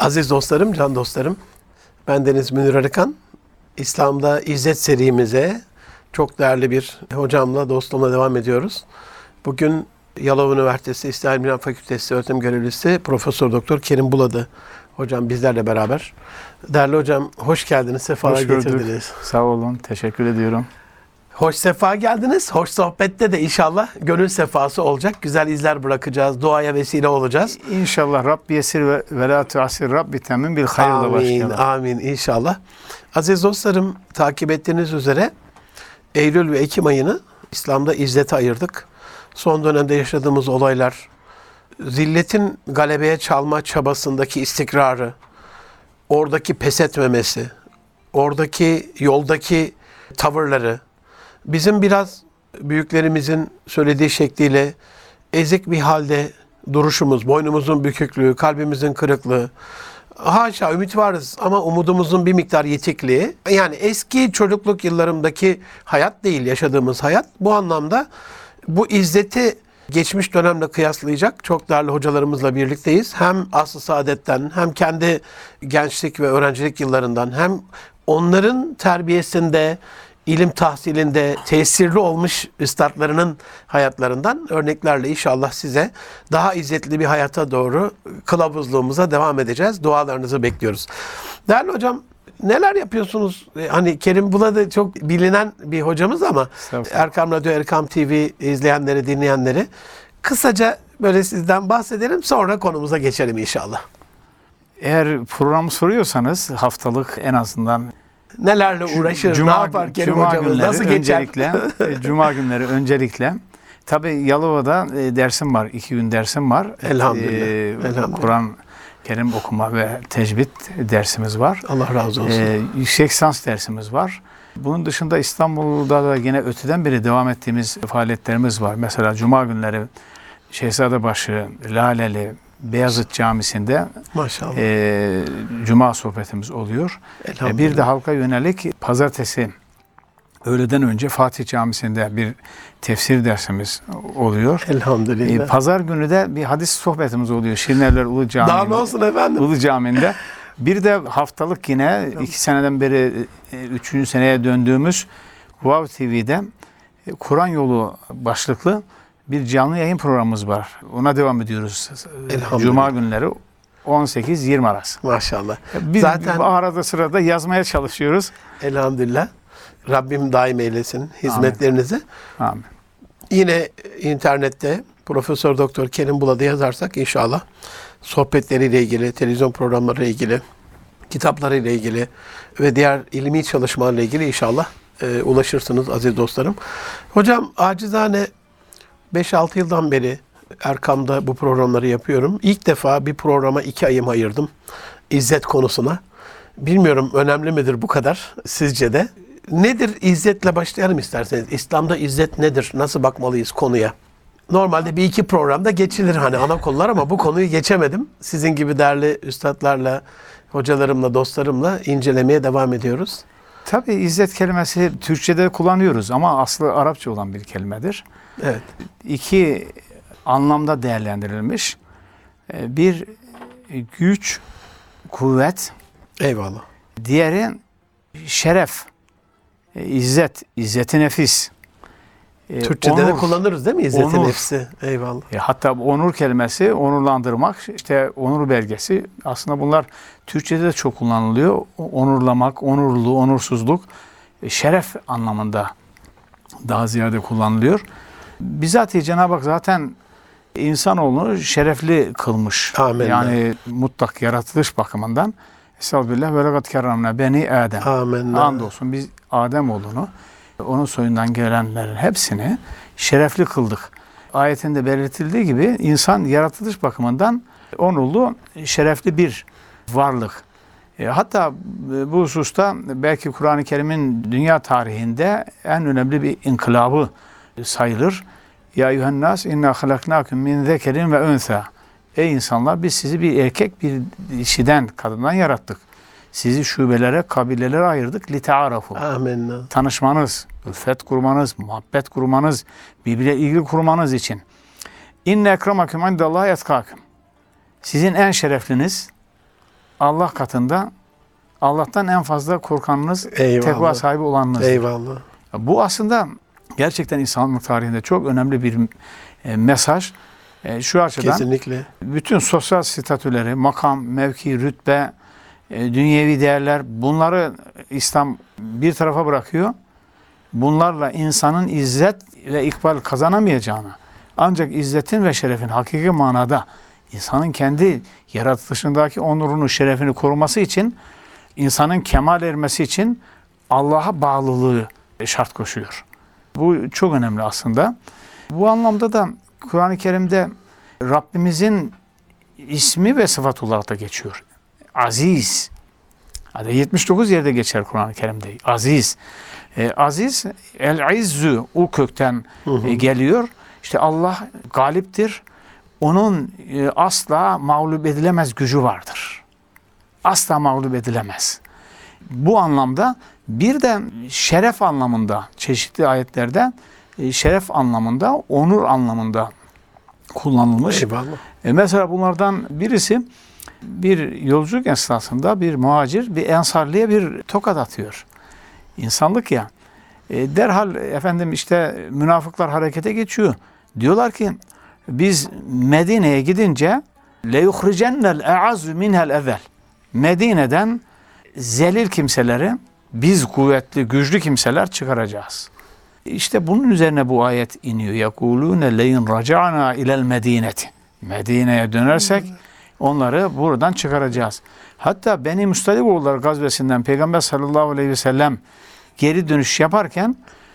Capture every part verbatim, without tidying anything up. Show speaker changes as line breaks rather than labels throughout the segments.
Aziz dostlarım, can dostlarım, bendeniz Münir Arıkan. İslam'da İzzet serimize çok değerli bir hocamla, dostumla devam ediyoruz. Bugün Yalova Üniversitesi İstihdam Bilimleri Fakültesi öğretim görevlisi Profesör Doktor Kerim Buladı hocam bizlerle beraber. Değerli hocam, hoş geldiniz, sefalar getirdiniz.
Sağ olun, teşekkür ediyorum.
Hoş sefa geldiniz. Hoş sohbette de inşallah gönül sefası olacak. Güzel izler bırakacağız. Duaya vesile olacağız.
İnşallah Rabbi yesir ve, ve la tuasir Rabbi temin bil hayırla başlayalım.
Amin, amin inşallah. Aziz dostlarım, takip ettiğiniz üzere Eylül ve Ekim ayını İslam'da izzete ayırdık. Son dönemde yaşadığımız olaylar, zilletin galebeye çalma çabasındaki istikrarı, oradaki pes etmemesi, oradaki yoldaki tavırları, bizim biraz büyüklerimizin söylediği şekliyle ezik bir halde duruşumuz, boynumuzun büküklüğü, kalbimizin kırıklığı, haşa ümit varız ama umudumuzun bir miktar yitikliği, yani eski çocukluk yıllarımdaki hayat değil yaşadığımız hayat. Bu anlamda bu izzeti geçmiş dönemle kıyaslayacak çok değerli hocalarımızla birlikteyiz. Hem Asr-ı Saadet'ten, hem kendi gençlik ve öğrencilik yıllarından, hem onların terbiyesinde, ilim tahsilinde tesirli olmuş üstadlarının hayatlarından örneklerle inşallah size daha izzetli bir hayata doğru kılavuzluğumuza devam edeceğiz. Dualarınızı bekliyoruz. Değerli hocam, neler yapıyorsunuz? Hani Kerim Buladı çok bilinen bir hocamız ama Erkam Radyo, Erkam T V izleyenleri, dinleyenleri kısaca böyle sizden bahsedelim, sonra konumuza geçelim inşallah.
Eğer programı soruyorsanız haftalık en azından
nelerle uğraşır,
Cuma,
ne yapar Kerim
Cuma
hocamız,
günleri
nasıl geçer?
Öncelikle, Cuma günleri öncelikle. Tabii Yalova'da e, dersim var, iki gün dersim var.
Elhamdülillah.
E,
Elhamdülillah.
Kur'an Kerim okuma ve tecvid dersimiz var.
Allah razı olsun.
E, yüksek lisans dersimiz var. Bunun dışında İstanbul'da da yine öteden beri devam ettiğimiz faaliyetlerimiz var. Mesela Cuma günleri Şehzadebaşı, Laleli, Beyazıt Camisi'nde
Maşallah.
E, Cuma sohbetimiz oluyor. E, bir de halka yönelik pazartesi öğleden önce Fatih Camisi'nde bir tefsir dersimiz oluyor.
Elhamdülillah.
E, Pazar günü de bir hadis sohbetimiz oluyor. Şirinevler Ulu Camii'nde.
Daha ne olsun efendim?
Ulu Camii'nde. Bir de haftalık yine iki seneden beri e, üçüncü seneye döndüğümüz Wow T V'de e, Kur'an Yolu başlıklı bir canlı yayın programımız var. Ona devam ediyoruz. Cuma günleri on sekiz yirmi arası.
Maşallah.
Biz
zaten
arada sırada yazmaya çalışıyoruz.
Elhamdülillah. Rabbim daim eylesin hizmetlerinizi.
Amin. Amin.
Yine internette Profesör Doktor Kerim Buladı yazarsak inşallah sohbetleriyle ilgili, televizyon programlarıyla ilgili, kitaplarıyla ilgili ve diğer ilmi çalışmalarla ilgili inşallah e, ulaşırsınız aziz dostlarım. Hocam acizane beş altı yıldan beri Erkam'da bu programları yapıyorum. İlk defa bir programa iki ayım ayırdım. İzzet konusuna. Bilmiyorum önemli midir bu kadar sizce de? Nedir izzetle başlayalım isterseniz. İslam'da izzet nedir? Nasıl bakmalıyız konuya? Normalde bir iki programda geçilir hani ana konular ama bu konuyu geçemedim. Sizin gibi değerli üstadlarla, hocalarımla, dostlarımla incelemeye devam ediyoruz.
Tabii izzet kelimesi Türkçe'de kullanıyoruz ama aslı Arapça olan bir kelimedir.
Evet.
İki anlamda değerlendirilmiş. Bir güç, kuvvet.
Eyvallah.
Diğeri şeref, izzet, izzet-i nefis.
Türkçe'de
onur,
de kullanırız değil mi izzet-i
onur.
nefsi? Eyvallah.
E, hatta onur kelimesi onurlandırmak, işte onur belgesi. Aslında bunlar Türkçe'de de çok kullanılıyor. Onurlamak, onurlu, onursuzluk, e, şeref anlamında daha ziyade kullanılıyor. Bizatihi Cenab-ı Hak zaten insanoğlunu şerefli kılmış.
Amin.
Yani mutlak yaratılış bakımından. Estağfirullah ve lekat kerramna beni Adem.
Amin.
Andolsun biz Adem oğlunu, onun soyundan gelenlerin hepsini şerefli kıldık. Ayetinde belirtildiği gibi insan yaratılış bakımından onurlu, şerefli bir varlık. E, hatta bu hususta belki Kur'an-ı Kerim'in dünya tarihinde en önemli bir inkılabı sayılır. Ya eyyühennâs inna halaknâküm min zekerin ve unsa. Ey insanlar, biz sizi bir erkek bir dişiden, kadından yarattık. Sizi şubelere, kabilelere ayırdık. Lite'arafu.
Amin.
Tanışmanız, ülfet kurmanız, muhabbet kurmanız, birbirine ilgi kurmanız için. İnne ekremakum indallahi etkâkum. Sizin en şerefliniz, Allah katında Allah'tan en fazla korkanınız,
Eyvallah.
tekva sahibi olanınız.
Eyvallah.
Bu aslında gerçekten insanlık tarihinde çok önemli bir e, mesaj. E, şu açıdan
Kesinlikle.
bütün sosyal statüleri, makam, mevki, rütbe, e, dünyevi değerler, bunları İslam bir tarafa bırakıyor. Bunlarla insanın izzet ve ikbal kazanamayacağını, ancak izzetin ve şerefin hakiki manada insanın kendi yaratılışındaki onurunu, şerefini koruması için, insanın kemal ermesi için Allah'a bağlılığı şart koşuyor. Bu çok önemli aslında. Bu anlamda da Kur'an-ı Kerim'de Rabbimizin ismi ve sıfat olarak da geçiyor. Aziz. Hadi yetmiş dokuz yerde geçer Kur'an-ı Kerim'de. Aziz. E, aziz, el-izzü o kökten
hı hı.
E, geliyor. İşte Allah galiptir. Onun e, asla mağlup edilemez gücü vardır. Asla mağlup edilemez. Bu anlamda bir de şeref anlamında çeşitli ayetlerde e, şeref anlamında, onur anlamında kullanılmış.
Eyvallah.
E, mesela bunlardan birisi bir yolculuk esnasında bir muhacir bir ensarlıya bir tokat atıyor. İnsanlık ya. E, derhal efendim işte münafıklar harekete geçiyor. Diyorlar ki biz Medine'ye gidince leyuhricennel e'azzu minhel evel. Medine'den zelil kimseleri biz kuvvetli, güçlü kimseler çıkaracağız. İşte bunun üzerine bu ayet iniyor. Yekulune leyin raca'na ilel medineti. Medine'ye dönersek onları buradan çıkaracağız. Hatta Beni Mustaliboğulları gazvesinden Peygamber sallallahu aleyhi ve sellem geri dönüş yaparken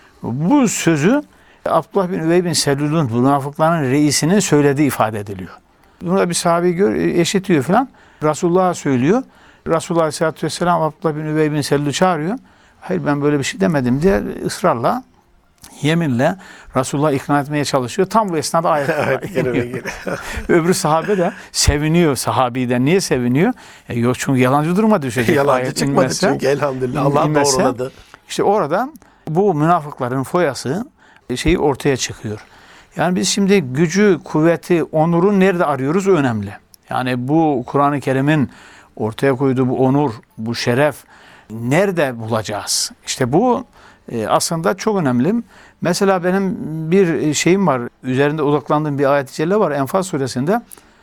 bu sözü Abdullah bin Übey bin Selül'ün münafıkların reisinin söylediği ifade ediliyor. Bunu da bir sahabe gör, eşitiyor falan. Resulullah'a söylüyor. Resulullah aleyhissalatü vesselam Abdullah bin Übey bin Selül'ü çağırıyor. Hayır ben böyle bir şey demedim diye ısrarla, yeminle Resulullah ikna etmeye çalışıyor. Tam bu esnada ayet iniyor. Öbürü sahabe de seviniyor, sahabiden. Niye seviniyor? E yok çünkü yalancı duruma düşecek.
Yalancı çıkmadı inmese, çünkü elhamdülillah Allah inmese, doğruladı.
İşte orada bu münafıkların foyası şeyi ortaya çıkıyor. Yani biz şimdi gücü, kuvveti, onuru nerede arıyoruz? Önemli. Yani bu Kur'an-ı Kerim'in ortaya koyduğu bu onur, bu şeref nerede bulacağız? İşte bu e, aslında çok önemli. Mesela benim bir şeyim var, üzerinde odaklandığım bir ayet-i celle var Enfal suresinde.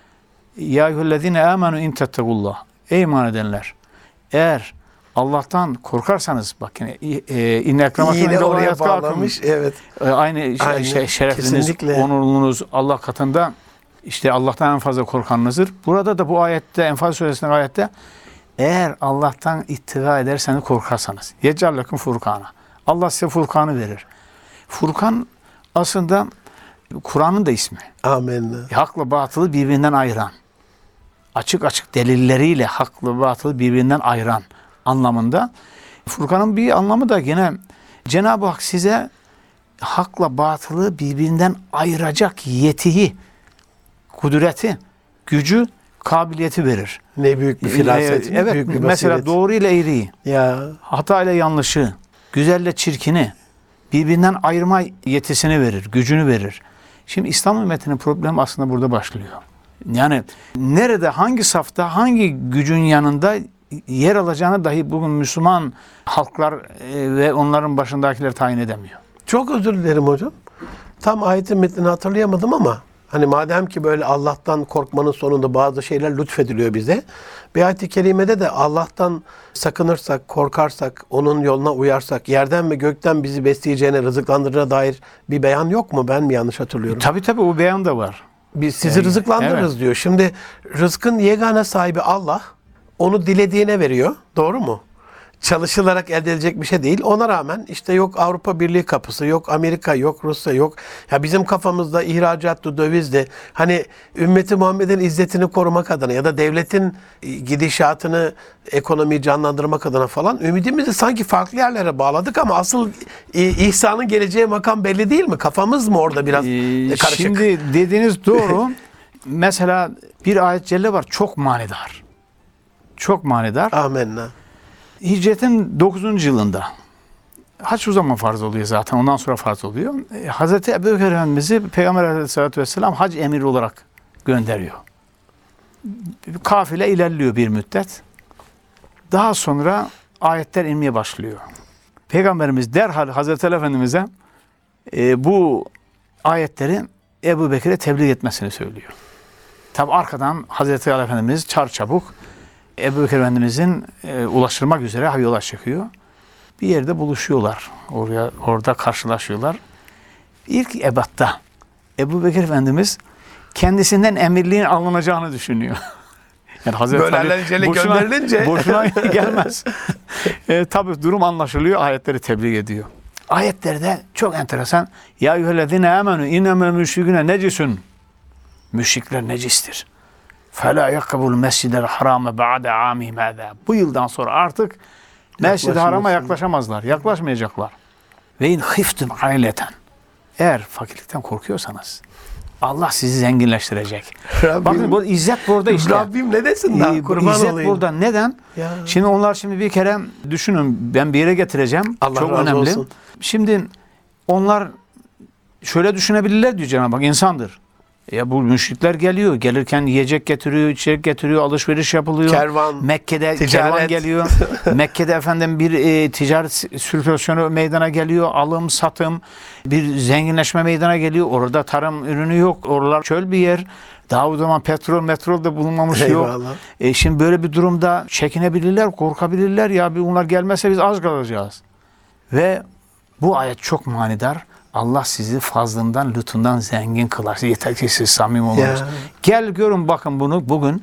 Ya eyyühellezine amenu in tettegullah. Ey iman edenler, eğer Allah'tan korkarsanız, bakın inne ekremakum
yine oraya bağlamış. Evet.
Aynı, Aynı şey, şerefiniz, kesinlikle. Onurunuz Allah katında işte Allah'tan en fazla korkanınızdır. Burada da bu ayette, Enfal suresindeki ayette, eğer Allah'tan ittiva ederseniz, korkarsanız. Yec'allekum furkana. Allah size Furkan'ı verir. Furkan aslında Kur'an'ın da ismi.
Amenna.
Hakla batılı birbirinden ayıran. Açık açık delilleriyle hakla batılı birbirinden ayıran anlamında. Furkan'ın bir anlamı da yine Cenab-ı Hak size hakla batılı birbirinden ayıracak yetiyi, kudreti, gücü, kabiliyeti verir.
Ne büyük bir firaset.
Evet,
büyük bir
mesela
basiret.
doğru ile eğriyi,
ya.
hata ile yanlışı, güzelle çirkini birbirinden ayırma yetisini verir, gücünü verir. Şimdi İslam ümmetinin problemi aslında burada başlıyor. Yani nerede, hangi safta, hangi gücün yanında yer alacağını dahi bugün Müslüman halklar ve onların başındakiler tayin edemiyor.
Çok özür dilerim hocam. Tam ayetin metnini hatırlayamadım ama hani madem ki böyle Allah'tan korkmanın sonunda bazı şeyler lütfediliyor bize. Bir ayet-i kerimede de Allah'tan sakınırsak, korkarsak, onun yoluna uyarsak, yerden ve gökten bizi besleyeceğine, rızıklandıracağına dair bir beyan yok mu? Ben mi yanlış hatırlıyorum?
E, tabii tabii o beyan da var.
Biz sizi
Yani,
rızıklandırırız
evet.
diyor. Şimdi rızkın yegane sahibi Allah. Onu dilediğine veriyor. Doğru mu? Çalışılarak elde edilecek bir şey değil. Ona rağmen işte yok Avrupa Birliği kapısı, yok Amerika, yok Rusya, yok. Ya bizim kafamızda ihracattı, dövizdi. Hani ümmeti Muhammed'in izzetini korumak adına ya da devletin gidişatını, ekonomiyi canlandırmak adına falan ümidimizi sanki farklı yerlere bağladık ama asıl ihsanın geleceği makam belli değil mi? Kafamız mı orada biraz ee, karışık?
Şimdi dediğiniz doğru. Mesela bir ayet celle var, çok manidar. Çok manidar.
Amenna.
Hicretin dokuzuncu yılında, hac o zaman farz oluyor zaten, ondan sonra farz oluyor. E, Hazreti Ebubekir Efendimiz'i Peygamber Aleyhisselatü Vesselam hac emiri olarak gönderiyor. Kafile ilerliyor bir müddet. Daha sonra ayetler inmeye başlıyor. Peygamberimiz derhal Hazreti Ali Efendimiz'e e, bu ayetleri Ebu Bekir'e tebliğ etmesini söylüyor. Tabi arkadan Hazreti Ali Efendimiz çarçabuk Ebu Bekir Efendimiz'in e, ulaştırmak üzere yola çıkıyor. Bir yerde buluşuyorlar. Oraya orada karşılaşıyorlar. İlk ebatta Ebu Bekir Efendimiz kendisinden emirliğin alınacağını düşünüyor. Yani Hazreti
Böyle
Ali
alelacele
boşuna,
gönderilince
boşuna gelmez. e, tabii durum anlaşılıyor. Ayetleri tebliğ ediyor. Ayetlerde çok enteresan. Ya eyyühellezine amenu innemel müşrikûne necisun. Müşrikler necistir. Fela yakabul mescidel harame ba'de amihim hâzâ. Bu yıldan sonra artık Mescid-i Haram'a yaklaşamazlar. Yaklaşmayacaklar. Ve in khiftum aileten. Eğer fakirlikten korkuyorsanız Allah sizi zenginleştirecek.
Rabbim,
Bakın bu izzet burada işte.
Rabbim ne desin daha?
Ee,
Kurban
İzzet
olayım.
burada. Neden?
Ya.
Şimdi onlar şimdi bir kere düşünün, ben bir yere getireceğim.
Allah
Çok
razı
önemli.
olsun.
Şimdi onlar şöyle düşünebilirler diyor Cenab-ı Hak, insandır. Ya bu müşrikler geliyor. Gelirken yiyecek getiriyor, içecek getiriyor, alışveriş yapılıyor.
Kervan,
Mekke'de
ticaret.
kervan geliyor. Mekke'de efendim bir e, ticaret sirkülasyonu meydana geliyor. Alım, satım, bir zenginleşme meydana geliyor. Orada tarım ürünü yok. Oralar çöl bir yer. Daha o zaman petrol, metrol de bulunmamış yok.
Eyvallah.
E şimdi böyle bir durumda çekinebilirler, korkabilirler. Ya bir bunlar gelmezse biz az kalacağız. Ve bu ayet çok manidar. Allah sizi fazlından, lütfundan zengin kılar. Yeter ki siz samimi olunuz.
Ya.
Gel görün bakın bunu bugün.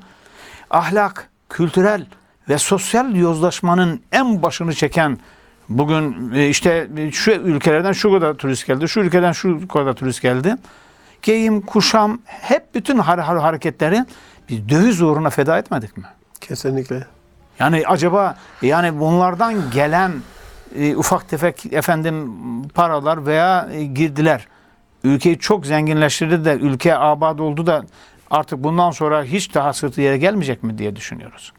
Ahlak, kültürel ve sosyal yozlaşmanın en başını çeken bugün işte şu ülkelerden şu kadar turist geldi, şu ülkeden şu kadar turist geldi. Giyim, kuşam, hep bütün hareketleri biz döviz uğruna feda etmedik mi?
Kesinlikle.
Yani acaba yani bunlardan gelen e, ufak tefek efendim paralar veya e, girdiler ülkeyi çok zenginleştirdi de ülke abad oldu da artık bundan sonra hiç daha sırtı yere gelmeyecek mi diye düşünüyoruz.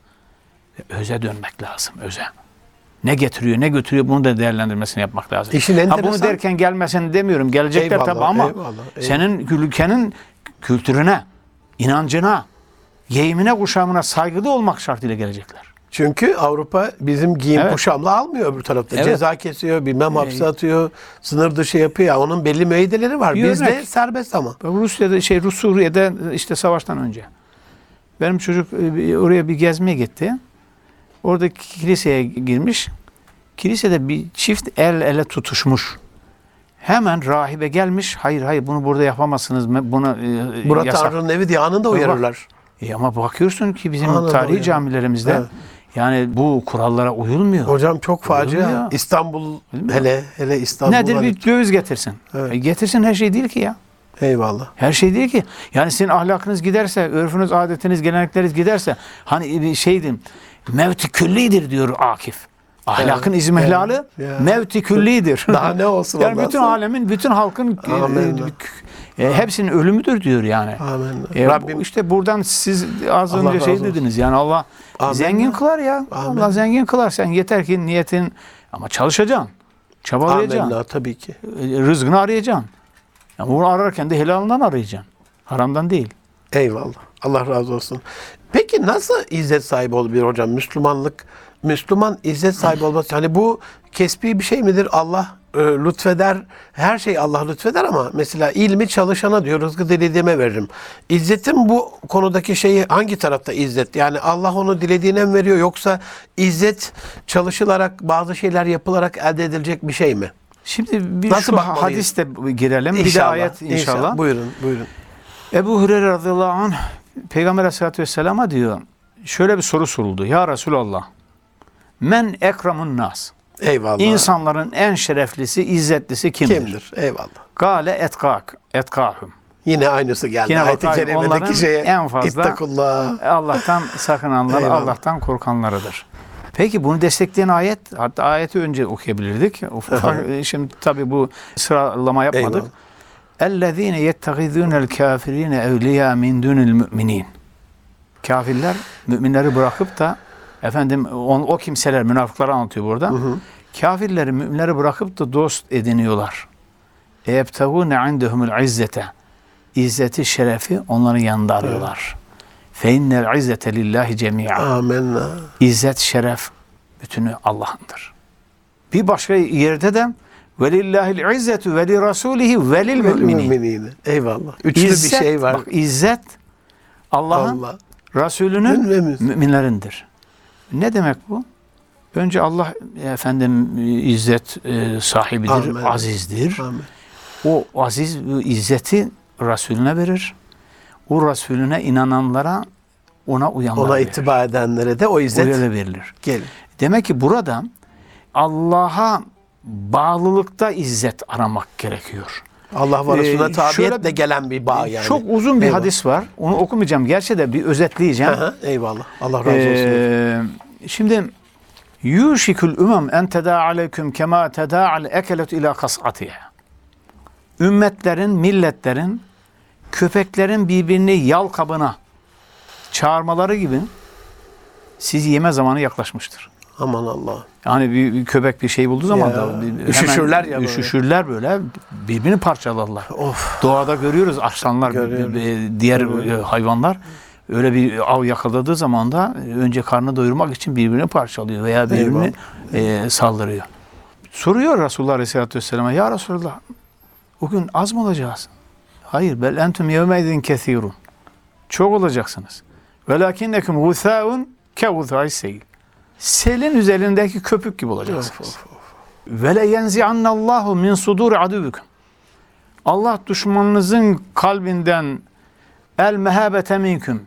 Öze dönmek lazım, öze. Ne getiriyor, ne götürüyor bunu da değerlendirmesini yapmak lazım.
İşin enteresan.
Ha bunu derken gelmesin demiyorum. Gelecekler
Eyvallah,
tabii ama
eyvallah, eyvallah.
senin ülkenin kültürüne, inancına, giyimine, kuşamına saygılı olmak şartıyla gelecekler.
Çünkü Avrupa bizim giyim
Evet.
kuşamla almıyor öbür tarafta.
Evet.
Ceza kesiyor, bilmem hapse atıyor, sınır dışı yapıyor. Ya, onun belli müeyyideleri var.
Bir
Bizde
örnek.
serbest ama.
Rusya'da şey Rus Suriye'de işte savaştan önce. Benim çocuk oraya bir gezmeye gitti. Orada kiliseye girmiş. Kilisede bir çift el ele tutuşmuş. Hemen rahibe gelmiş. Hayır hayır bunu burada yapamazsınız. Bunu e,
Burada
yasak.
Tanrı'nın evi diye anında uyarırlar.
E ama bakıyorsun ki bizim
Anladım
tarihi
yani.
camilerimizde
Evet.
yani bu kurallara uyulmuyor.
Hocam çok facia.
Uyulmuyor.
İstanbul
Uyulmuyor.
hele hele İstanbul.
Nedir bir döviz getirsin.
Evet.
E getirsin her şey değil ki ya.
Eyvallah.
Her şey değil ki. Yani sizin ahlakınız giderse, örfünüz, adetiniz, gelenekleriniz giderse hani bir şeydim. Mevti küllidir diyor Akif. Ahlakın
Evet,
izmihlali
evet, ya.
mevti küllidir.
Daha ne olsun
yani
ondan
bütün
sonra?
alemin, bütün halkın e,
Amenna.
e, e, hepsinin ölümüdür diyor yani.
Amin.
E,
Rabbim
işte buradan siz az
Allah
önce şey
razı olsun.
dediniz yani Allah
Amin.
zengin kılar ya.
Amin.
Allah zengin kılar. Sen yeter ki niyetin ama çalışacaksın. Çabalayacaksın.
amenna tabii ki.
E, Rızkını arayacaksın. Yani bunu ararken de helalından arayacaksın. Haramdan değil.
Eyvallah. Allah razı olsun. Peki nasıl izzet sahibi olabilir hocam? Müslümanlık, Müslüman izzet sahibi olması. Hani bu kesbi bir şey midir? Allah e, lütfeder. Her şey Allah lütfeder ama mesela ilmi çalışana diyor, rızkı dilediğime veririm. İzzetin bu konudaki şeyi hangi tarafta izzet? Yani Allah onu dilediğine mi veriyor yoksa izzet çalışılarak bazı şeyler yapılarak elde edilecek bir şey mi?
Şimdi bir
Nasıl
şu
bakmalıyız?
hadiste girelim. Bir de
İnşallah,
ayet inşallah.
Buyurun, buyurun.
Ebu Hureyre radıyallahu anh Peygamber aleyhissalatü vesselam'a diyor. Şöyle bir soru soruldu. Ya Resulallah. Men ekramun nas.
Eyvallah.
İnsanların en şereflisi, izzetlisi kimdir?
Kimdir? Eyvallah.
Gale etkak, etkahum.
Yine aynısı geldi.
Yine
Ayet-i
bakayım,
kerimedeki
onların
şeye
en fazla
İttakullah.
Allah'tan sakınanlar,
Eyvallah.
Allah'tan korkanlarıdır. Peki bunu destekleyen ayet, hatta ayeti önce okuyabilirdik. Ufak, şimdi tabii bu sıralama yapmadık.
Eyvallah.
اَلَّذ۪ينَ يَتَّغِذُونَ الْكَافِر۪ينَ اَوْلِيَا مِنْ دُونِ الْمُؤْمِنِينَ Kafirler, müminleri bırakıp da efendim on, o kimseler, münafıkları anlatıyor burada. Hı hı. Kafirleri, müminleri bırakıp da dost ediniyorlar. اَيَبْتَغُونَ عِنْدَهُمُ الْعِزَّةَ İzzeti, şerefi onların yanında arıyorlar. فَاِنَّ الْعِزَّةَ لِلّٰهِ جَمِيعًا
Amenna.
İzzet, şeref bütünü Allah'ındır. Bir başka yerde de velillahil izzetu ve li rasulihi ve lil müminin.
Müminine. Eyvallah. Üçlü
İzzet,
bir şey var.
Bak izzet Allah'ın,
Allah.
Resulünün,
Ve mümin.
müminlerindir. Ne demek bu? Önce Allah efendim izzet e, sahibidir,
Amin.
azizdir.
Amin.
O aziz izzeti Resulüne verir. O Resulüne inananlara, ona uyanlara
Ona
verir.
itibar edenlere de o izzet
Öyle verilir.
gelir.
Demek ki burada Allah'a bağlılıkta izzet aramak gerekiyor.
Allah ve Resulüne
Ee,
tabiyetle
şöyle-
gelen bir bağ yani.
Çok uzun bir
Eyvallah.
hadis var. Onu okumayacağım. Gerçi de bir özetleyeceğim.
Aha, eyvallah. Allah razı olsun.
Ee, şimdi yuşikul umam en teda aleyküm kema teda'al ekelet ila kas'atiha. Ümmetlerin, milletlerin, köpeklerin birbirini yal kabına çağırmaları gibi sizi yeme zamanı yaklaşmıştır.
Aman Allah.
Yani bir, bir köpek bir şey bulduğu zaman
Ya,
da bir-
üşüşürler
hemen
ya böyle.
üşüşürler böyle birbirini parçalarlar.
Of.
Doğada görüyoruz aslanlar,
Görüyoruz.
bir- bir- diğer
Görüyoruz.
e, hayvanlar öyle bir av yakaladığı zaman da e, önce karnını doyurmak için birbirini parçalıyor veya birbirini e, saldırıyor. Soruyor Resulullah Aleyhisselatü Vesselam'a, ya Resulullah o gün az mı olacağız? Hayır, bel entum yevmeydin kethirun. Çok olacaksınız. Velakinnekum gusâun ke gusâis seyl. Selin üzerindeki köpük gibi olacaksınız.
Of, of, of.
Ve le yenzi'annallahu min sudur aduvikum. Allah düşmanınızın kalbinden el mehabete minküm.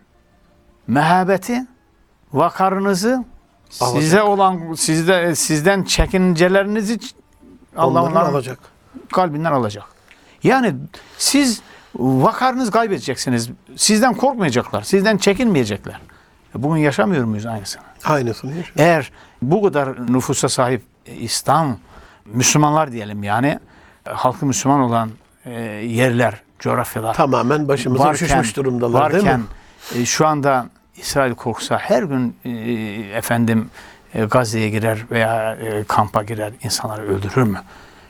Mehabeti, vakarınızı,
Alacak.
size olan sizde sizden çekincelerinizi Allah
Onların
onların
alacak.
kalbinden alacak. Yani siz vakarınızı kaybedeceksiniz. Sizden korkmayacaklar. Sizden çekinmeyecekler. Bugün yaşamıyor muyuz aynısını?
Aynısını yaşıyor.
Eğer bu kadar nüfusa sahip İslam, Müslümanlar diyelim yani, halkı Müslüman olan e, yerler, coğrafyalar
Tamamen başımıza üşüşmüş durumdalar değil mi?
varken e, şu anda İsrail korksa her gün e, efendim e, Gazze'ye girer veya e, kampa girer, insanları öldürür mü?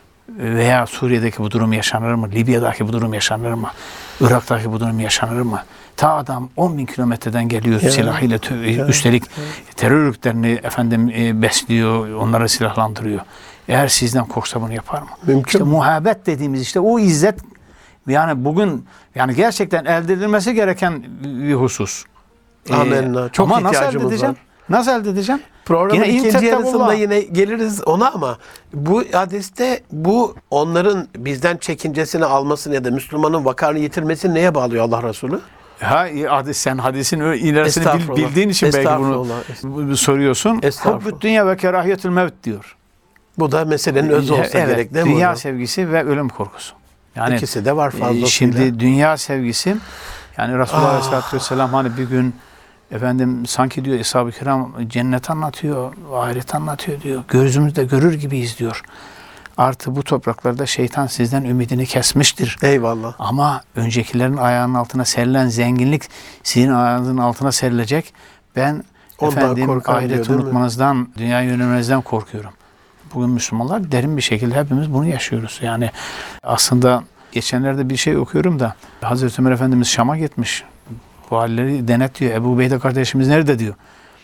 Veya Suriye'deki bu durum yaşanır mı? Libya'daki bu durum yaşanır mı? Irak'taki bu durum yaşanır mı? Ta adam on bin kilometreden geliyor
Ya,
silahıyla, tö-
ya,
üstelik
ya.
terör örgütlerini efendim e, besliyor, onları silahlandırıyor. Eğer sizden korksa bunu yapar mı?
Mümkün.
İşte muhabbet dediğimiz işte o izzet, yani bugün yani gerçekten elde edilmesi gereken bir husus. Ee,
Amenna. Çok
ama nasıl elde
ihtiyacımız
edeceğim?
var.
Nasıl elde edeceğim?
Programın
Yine
ikinci
intette
yarısında
bullah.
yine geliriz ona ama bu hadiste bu onların bizden çekincesini almasını ya da Müslümanın vakarını yitirmesini neye bağlıyor Allah Resulü?
Ha, hadis, sen hadisin ö- ilerisini bil-
Estağfurullah.
bildiğin için belki bunu
Estağfurullah.
bu- soruyorsun.
Estağfurullah.
Hubbü't dünya ve kerahiyetül mevt diyor.
Bu da meselenin özü olsa
Evet,
gerek değil mi
dünya
hocam?
sevgisi ve ölüm korkusu. Yani
İkisi de var
e,
fazlasıyla.
şimdi dünya sevgisi, yani Resulullah
Ah.
Aleyhisselatü Vesselam hani bir gün efendim sanki diyor Eshab-ı Kiram cennet anlatıyor, ahiret anlatıyor diyor. Gözümüzde görür gibiyiz diyor. Artı bu topraklarda şeytan sizden ümidini kesmiştir.
Eyvallah.
Ama öncekilerin ayağının altına serilen zenginlik sizin ayağınızın altına serilecek. Ben
Ondan
efendim
korkarım diyor,
ahireti
değil mi?
unutmanızdan, dünya yönelmenizden korkuyorum. Bugün Müslümanlar derin bir şekilde hepimiz bunu yaşıyoruz. Yani aslında geçenlerde bir şey okuyorum da Hazreti Ömer Efendimiz Şam'a gitmiş. Bu halleri denetliyor. Ebu Beyde kardeşimiz nerede diyor.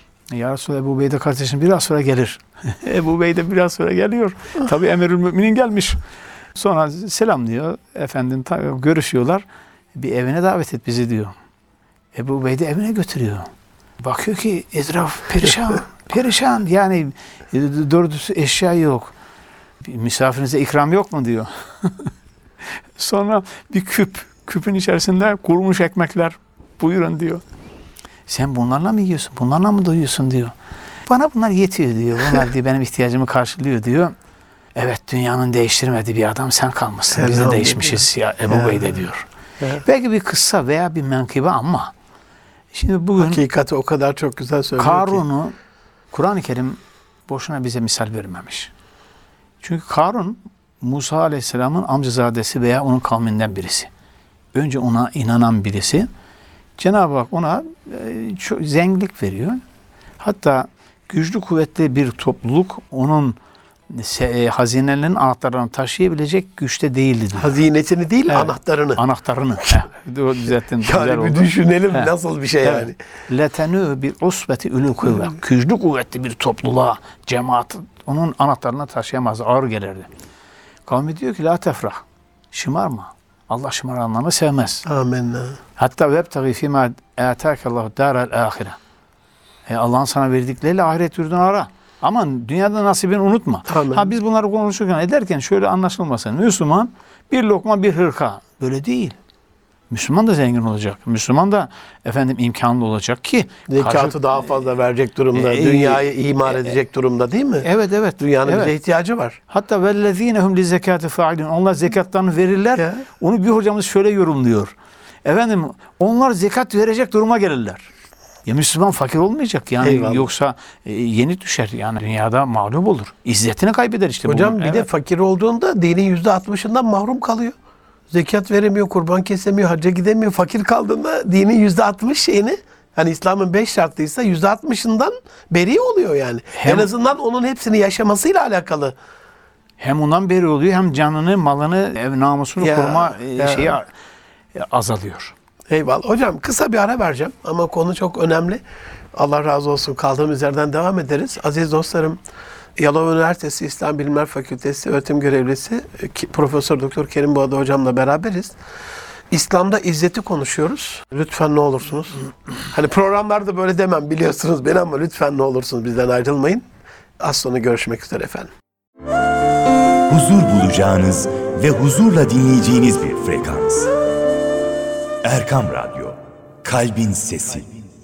Ya Resulallah, Ebu Beyde kardeşim biraz sonra gelir. Ebu Beyde biraz sonra geliyor. Tabii Emirül Müminin gelmiş. Sonra selam diyor. Efendim tabii görüşüyorlar. Bir evine davet et bizi diyor. Ebu Beyde evine götürüyor. Bakıyor ki etraf perişan. perişan. Yani e, doğrusu eşya yok. Bir misafirinize ikram yok mu diyor. Sonra bir küp. Küpün içerisinde kurumuş ekmekler. Buyurun diyor. Sen bunlarla mı yiyorsun? Bunlarla mı doyuyorsun diyor. Bana bunlar yetiyor diyor. Bunlar diyor benim ihtiyacımı karşılıyor diyor. Evet, dünyanın değiştirmediği bir adam sen kalmışsın. Biz de
Elhamdülillah.
değişmişiz ya Ebu
Ya.
Beyde diyor.
Evet.
Belki bir kıssa veya bir menkıbe ama şimdi bugün
Hakikati o kadar çok güzel söylüyor ki.
Karun'u Kur'an-ı Kerim boşuna bize misal vermemiş. Çünkü Karun Musa Aleyhisselam'ın amcazadesi veya onun kavminden birisi. Önce ona inanan birisi. Cenab-ı Hak ona e, çok zenginlik veriyor. Hatta güçlü kuvvetli bir topluluk onun se- hazinelerinin anahtarlarını taşıyabilecek güçte değildi diyor.
Hazinesini değil,
Evet.
anahtarını.
Anahtarını. Heh, doğru düzelttin. Güzel
Yani bir
oldu.
düşünelim
He.
nasıl bir şey yani.
Letenü bir usbeti ülü kuvve. Güçlü kuvvetli bir topluluğa, cemaat onun anahtarını taşıyamaz. Ağır gelirdi. Kavmi diyor ki la tefrah. Şımarma. Allah şımaranlarını sevmez.
Amenna.
Hatta vebtagi fîmâ âtâkallahu dârel âhire. E Allah'ın sana verdikleriyle ahiret yurdunu ara. Aman dünyada nasibini unutma.
Amin.
Ha biz bunları konuşurken ederken şöyle anlaşılmasın. Müslüman bir lokma bir hırka. Böyle değil. Müslüman da zengin olacak. Müslüman da efendim imkanlı olacak ki
Zekatı
karşı-
daha fazla verecek durumda.
e,
dünyayı imar edecek durumda değil mi?
Evet evet.
Dünyanın
evet.
bize ihtiyacı var.
Hatta vellezinehum li zekati failun. Onlar zekatlarını verirler.
Ya.
Onu bir hocamız şöyle yorumluyor. Efendim onlar zekat verecek duruma gelirler. Ya Müslüman fakir olmayacak yani
Eyvallah.
yoksa e, yenik düşer yani dünyada mağlup olur. İzzetini kaybeder işte.
Hocam
bunun.
bir de
Evet.
fakir olduğunda dinin yüzde altmışından mahrum kalıyor. Zekat veremiyor, kurban kesemiyor, hacca gidemiyor. Fakir kaldığında dinin yüzde altmış şeyini, hani İslam'ın beş şartıysa yüzde altmışından beri oluyor yani.
Hem-
en azından onun hepsini yaşamasıyla alakalı.
Hem ondan beri oluyor hem canını, malını, ev namusunu
Ya,
koruma e,
ya.
şeyi a- e, azalıyor.
Eyvallah. Hocam kısa bir ara vereceğim ama konu çok önemli. Allah razı olsun. Kaldığımız yerden devam ederiz. Aziz dostlarım, Yalova Üniversitesi İslam Bilimler Fakültesi öğretim görevlisi ki- Profesör Doktor Kerim Boğada hocamla beraberiz. İslam'da izzeti konuşuyoruz. Lütfen ne olursunuz. Hani programlarda böyle demem biliyorsunuz beni ama lütfen ne olursunuz bizden ayrılmayın. Az sonra görüşmek üzere efendim.
Huzur bulacağınız ve huzurla dinleyeceğiniz bir frekans. Erkam Radyo, Kalbin Sesi.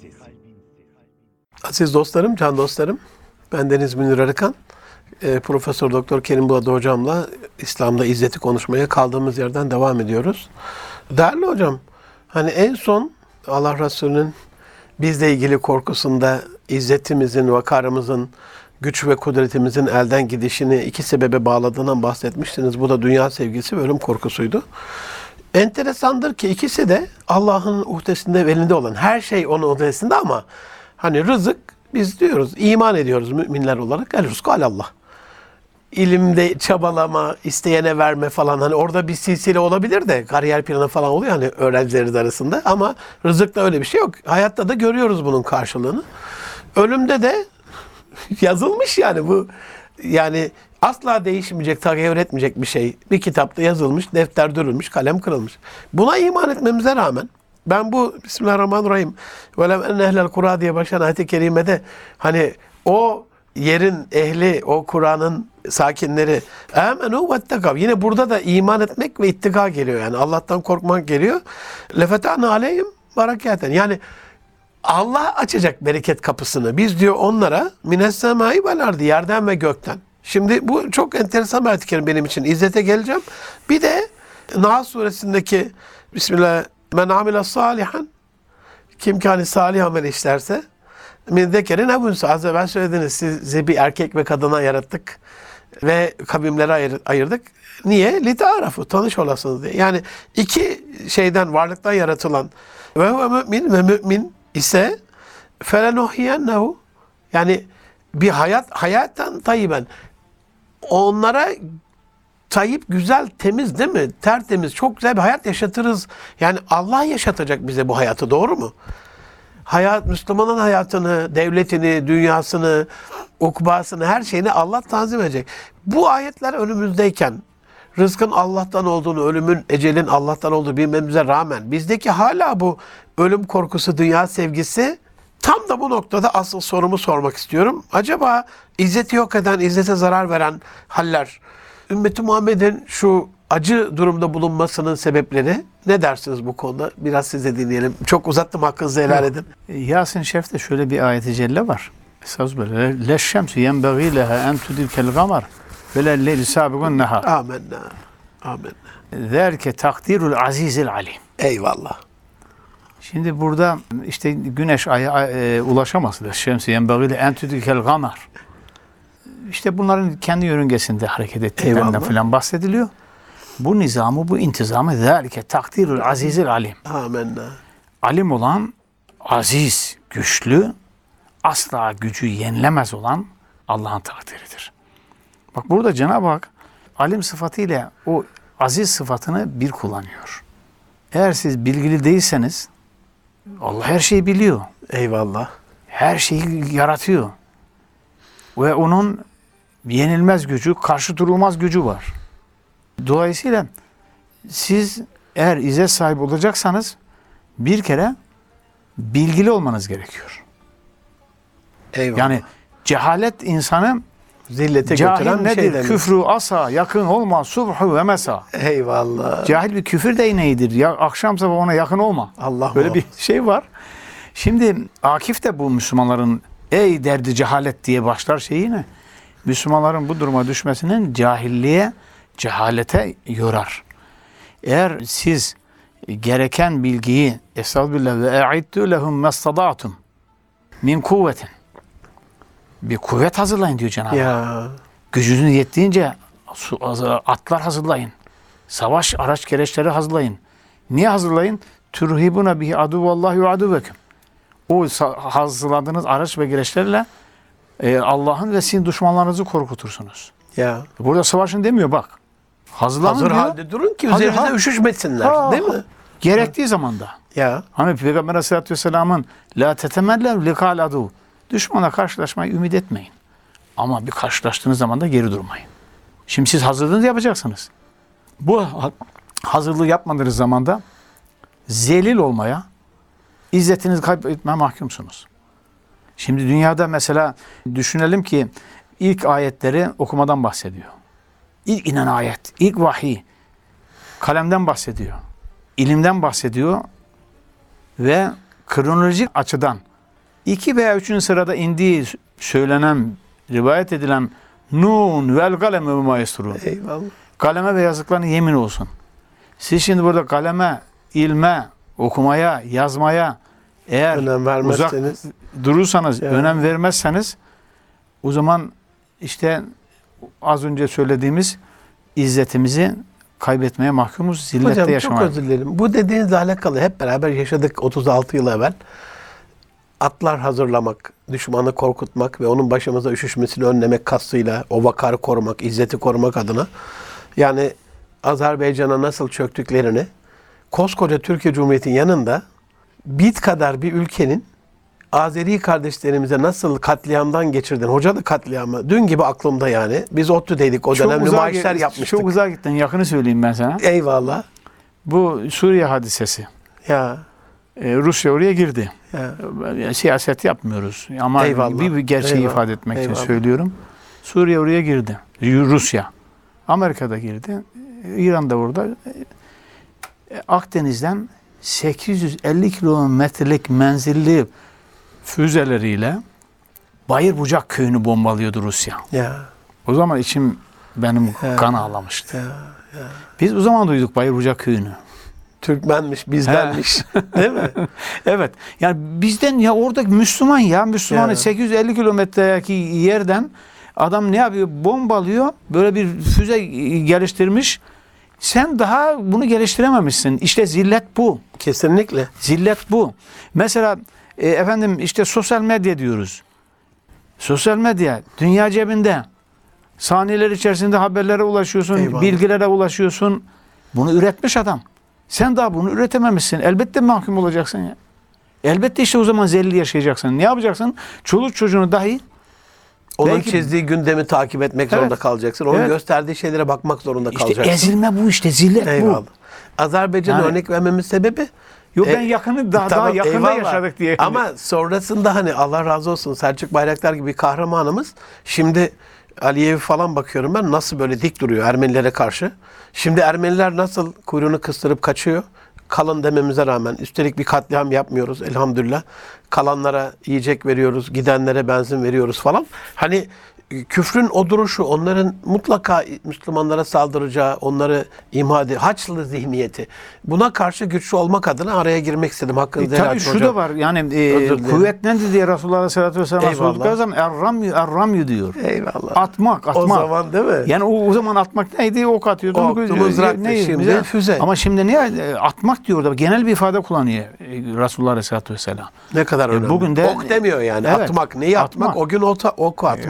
Aziz dostlarım, can dostlarım, ben Deniz Münir Arıkan, e, Profesör Doktor Kerim Boğada hocamla İslam'da izzeti konuşmaya kaldığımız yerden devam ediyoruz. Değerli hocam, hani en son Allah Resulü'nün bizle ilgili korkusunda izzetimizin, vakarımızın, güç ve kudretimizin elden gidişini iki sebebe bağladığından bahsetmiştiniz. Bu da dünya sevgisi ve ölüm korkusuydu. Enteresandır ki ikisi de Allah'ın uhdesinde ve elinde olan, her şey onun uhdesinde ama hani rızık biz diyoruz, iman ediyoruz müminler olarak. El rızkı alallah. İlimde çabalama, isteyene verme falan, hani orada bir silsile olabilir de kariyer planı falan oluyor hani öğrencilerimiz arasında ama rızıkta öyle bir şey yok. Hayatta da görüyoruz bunun karşılığını. Ölümde de yazılmış yani bu, yani asla değişmeyecek, tağyür etmeyecek bir şey. Bir kitapta yazılmış, defter dürülmüş, kalem kırılmış. Buna iman etmemize rağmen ben bu Bismillahirrahmanirrahim ve lem enne ehlel kura diye başlayan ayet-i kerimede hani o yerin ehli, o Kur'an'ın sakinleri amenu vettekav. Yine burada da iman etmek ve ittika geliyor. Yani Allah'tan korkmak geliyor. Lefetâne aleyhim berekâten. Yani Allah açacak bereket kapısını. Biz diyor onlara mines semâi vel ardi, yerden ve gökten. Şimdi bu çok enteresan bir ayet-i kerime benim için. İzzete geleceğim. Bir de Nahl suresindeki Bismillah men amile salihan, kim ki hani salih amel işlerse min zekerin ev unsa, az evvel söylediniz, sizi bir erkek ve kadına yarattık ve kavimlere ayır, ayırdık. Niye? Litarafu, tanış olasınız diye. Yani iki şeyden, varlıktan yaratılan ve huve mümin ve mümin ise felenuhyennehu, yani bir hayat, hayattan tayyiben, onlara tayyip, güzel, temiz değil mi? Tertemiz, çok güzel bir hayat yaşatırız. Yani Allah yaşatacak bize bu hayatı, doğru mu? Hayat, Müslümanın hayatını, devletini, dünyasını, ukbasını, her şeyini Allah tanzim edecek. Bu ayetler önümüzdeyken, rızkın Allah'tan olduğunu, ölümün, ecelin Allah'tan olduğunu bilmemize rağmen bizdeki hala bu ölüm korkusu, dünya sevgisi, tam da bu noktada asıl sorumu sormak istiyorum. Acaba izzeti yok eden, izzete zarar veren haller, ümmeti Muhammed'in şu acı durumda bulunmasının sebepleri, ne dersiniz bu konuda? Biraz size dinleyelim. Çok uzattım, hakkınızı helal edin.
Yasin Şerif'te şöyle bir ayet-i celle var. Esas böyle. Leşşemsü yenbeğî leha en tudilkel gamar ve lelleyli sabigun nehar.
Amenna. Amenna.
Zerke takdirul azizil alim.
Eyvallah.
Şimdi burada işte güneş aya e, ulaşamaz. Leşşemsü yenbeğî leha en tudilkel gamar. İşte bunların kendi yörüngesinde hareket ettiğinden
Eyvallah.
falan bahsediliyor. Bu nizamı, bu intizamı zerke takdirul azizil alim.
Amenna.
Alim olan, aziz, güçlü, asla gücü yenilemez olan Allah'ın takdiridir. Bak burada Cenab-ı Hak alim sıfatıyla o aziz sıfatını bir kullanıyor. Eğer siz bilgili değilseniz Allah her şeyi biliyor.
Eyvallah.
Her şeyi yaratıyor. Ve onun yenilmez gücü, karşı durulmaz gücü var. Dolayısıyla siz eğer izzet sahibi olacaksanız bir kere bilgili olmanız gerekiyor.
Eyvallah.
Yani cehalet insanı
zillete
cahil
götüren bir
nedir?
şey demek.
Küfrü asa, yakın olma, subhu ve mesa.
Eyvallah.
Cahil bir küfür değneğidir. Ya akşam sabah ona yakın olma.
Allah
Böyle
muhafaza.
bir şey var. Şimdi Akif de bu Müslümanların ey derdi cehalet diye başlar şeyi ne? Müslümanların bu duruma düşmesinin cahilliğe, cehalete yorar. Eğer siz gereken bilgiyi estağfirullah ve e'iddu lehum mastada'tum min kuvvetin, bir kuvvet hazırlayın diyor Cenab-ı Hak.
Ya.
Gücünüz yettiğince atlar hazırlayın. Savaş araç gereçleri hazırlayın. Niye hazırlayın? Turhibuna bihi aduvallahi ve aduveküm. O hazırladığınız araç ve gereçlerle e, Allah'ın ve sizin düşmanlarınızı korkutursunuz.
Ya.
Burada savaşın demiyor bak. Hazırlanın
Hazır
diyor.
halde durun ki
Hadi,
üzerinize
ha.
üşüşmesinler.
Ha,
değil
ha.
mi?
Gerektiği zamanda.
Ya.
Hani Peygamber Aleyhisselatü Vesselam'ın la tetemellev likal adu. Düşmana karşılaşmayı ümit etmeyin. Ama bir karşılaştığınız zaman da geri durmayın. Şimdi siz hazırlığınızı yapacaksınız. Bu hazırlığı yapmadığınız zaman da zelil olmaya, izzetinizi kaybetmeye mahkumsunuz. Şimdi dünyada mesela düşünelim ki ilk ayetleri okumadan bahsediyor. İlk inen ayet, ilk vahiy kalemden bahsediyor. İlimden bahsediyor ve kronolojik açıdan iki veya üçüncü sırada indiği söylenen, rivayet edilen nun vel kaleme ve ma yesturun.
Eyvallah.
Kaleme ve yazıklarına yemin olsun. Siz şimdi burada kaleme, ilme, okumaya, yazmaya eğer
Önem
uzak
vermezseniz.
durursanız,
Yani.
önem vermezseniz o zaman işte az önce söylediğimiz izzetimizi kaybetmeye mahkumuz, zillette
Hocam çok
yaşamaya.
özür dilerim. Bu dediğinizle alakalı hep beraber yaşadık otuz altı yıl evvel. Atlar hazırlamak, düşmanı korkutmak ve onun başımıza üşüşmesini önlemek kastıyla o vakarı korumak, izzeti korumak adına. Yani Azerbaycan'a nasıl çöktüklerini koskoca Türkiye Cumhuriyeti'nin yanında bit kadar bir ülkenin Azeri kardeşlerimize nasıl katliamdan geçirdin. Hoca da katliamı. Dün gibi aklımda yani. Biz ODTÜ'deydik. O dönem nümayişler yapmıştık.
Çok uzağa gittin. Yakını söyleyeyim ben sana.
Eyvallah.
Bu Suriye hadisesi.
Ya.
Ee, Rusya oraya girdi.
Ya.
Yani siyaset yapmıyoruz. Ama
Eyvallah.
bir, bir gerçeği
Eyvallah.
ifade etmek
Eyvallah.
için söylüyorum. Suriye oraya girdi. Rusya. Amerika'da girdi. İran da orada. Ee, Akdeniz'den sekiz yüz elli kilometrelik menzilli füzeleriyle Bayır Bucak köyünü bombalıyordu Rusya.
Ya.
O zaman içim benim
Ya.
kan ağlamıştı.
Ya. Ya.
Biz o zaman duyduk Bayır Bucak köyünü.
Türkmenmiş, bizdenmiş. Değil mi?
Evet. Yani bizden ya orada Müslüman ya Müslümanı
Ya.
sekiz yüz elli kilometredeki yerden adam ne yapıyor? Bombalıyor. Böyle bir füze geliştirmiş. Sen daha bunu geliştirememişsin. İşte zillet bu.
Kesinlikle.
Zillet bu. Mesela e, efendim işte sosyal medya diyoruz. Sosyal medya dünya cebinde. Saniyeler içerisinde haberlere ulaşıyorsun,
Eyvallah.
bilgilere ulaşıyorsun. Bunu üretmiş adam. Sen daha bunu üretememişsin. Elbette mahkum olacaksın ya. Elbette işte o zaman zelil yaşayacaksın. Ne yapacaksın? Çoluk çocuğunu dahi
Onun
belki-
çizdiği gündemi takip etmek
Evet.
zorunda kalacaksın. Onun
Evet.
gösterdiği şeylere bakmak zorunda
işte
kalacaksın.
ezilme bu işte zillet
Eyvallah.
bu.
Azerbaycan'a
Yani-
örnek vermemin sebebi
Yok ben
E,
yakını daha,
tamam,
daha yakında
eyvallah.
yaşadık diye.
Ama sonrasında hani Allah razı olsun Selçuk Bayraktar gibi bir kahramanımız şimdi Aliyev falan bakıyorum ben nasıl böyle dik duruyor Ermenilere karşı. Şimdi Ermeniler nasıl kuyruğunu kıstırıp kaçıyor. Kalın dememize rağmen üstelik bir katliam yapmıyoruz elhamdülillah. Kalanlara yiyecek veriyoruz, gidenlere benzin veriyoruz falan. Hani küfrün o duruşu, onların mutlaka Müslümanlara saldıracağı, onları imha edeceği, Haçlı zihniyeti. Buna karşı güçlü olmak adına araya girmek istedim. Hakkınızı
E,
helal
tabii
edin
şu
hocam.
da var yani e,
Özür dilerim.
kuvvet nedir diye Resulullah Aleyhisselatü Vesselam'a
Eyvallah.
sordukları zaman erramyu erramyu diyor.
Eyvallah.
Atmak, atmak.
O zaman değil mi?
Yani o, o zaman atmak neydi? Ok atıyordu.
Oktu, mızraktı, şimdi füze.
Ama şimdi ne? E, Atmak diyor da genel bir ifade kullanıyor e, Resulullah Aleyhisselatü Vesselam.
Ne kadar önemli.
bugün de-
ok demiyor yani.
Evet.
Atmak. Neyi atmak?
Atmak.
O gün ota, oku atmak.
E, atmak.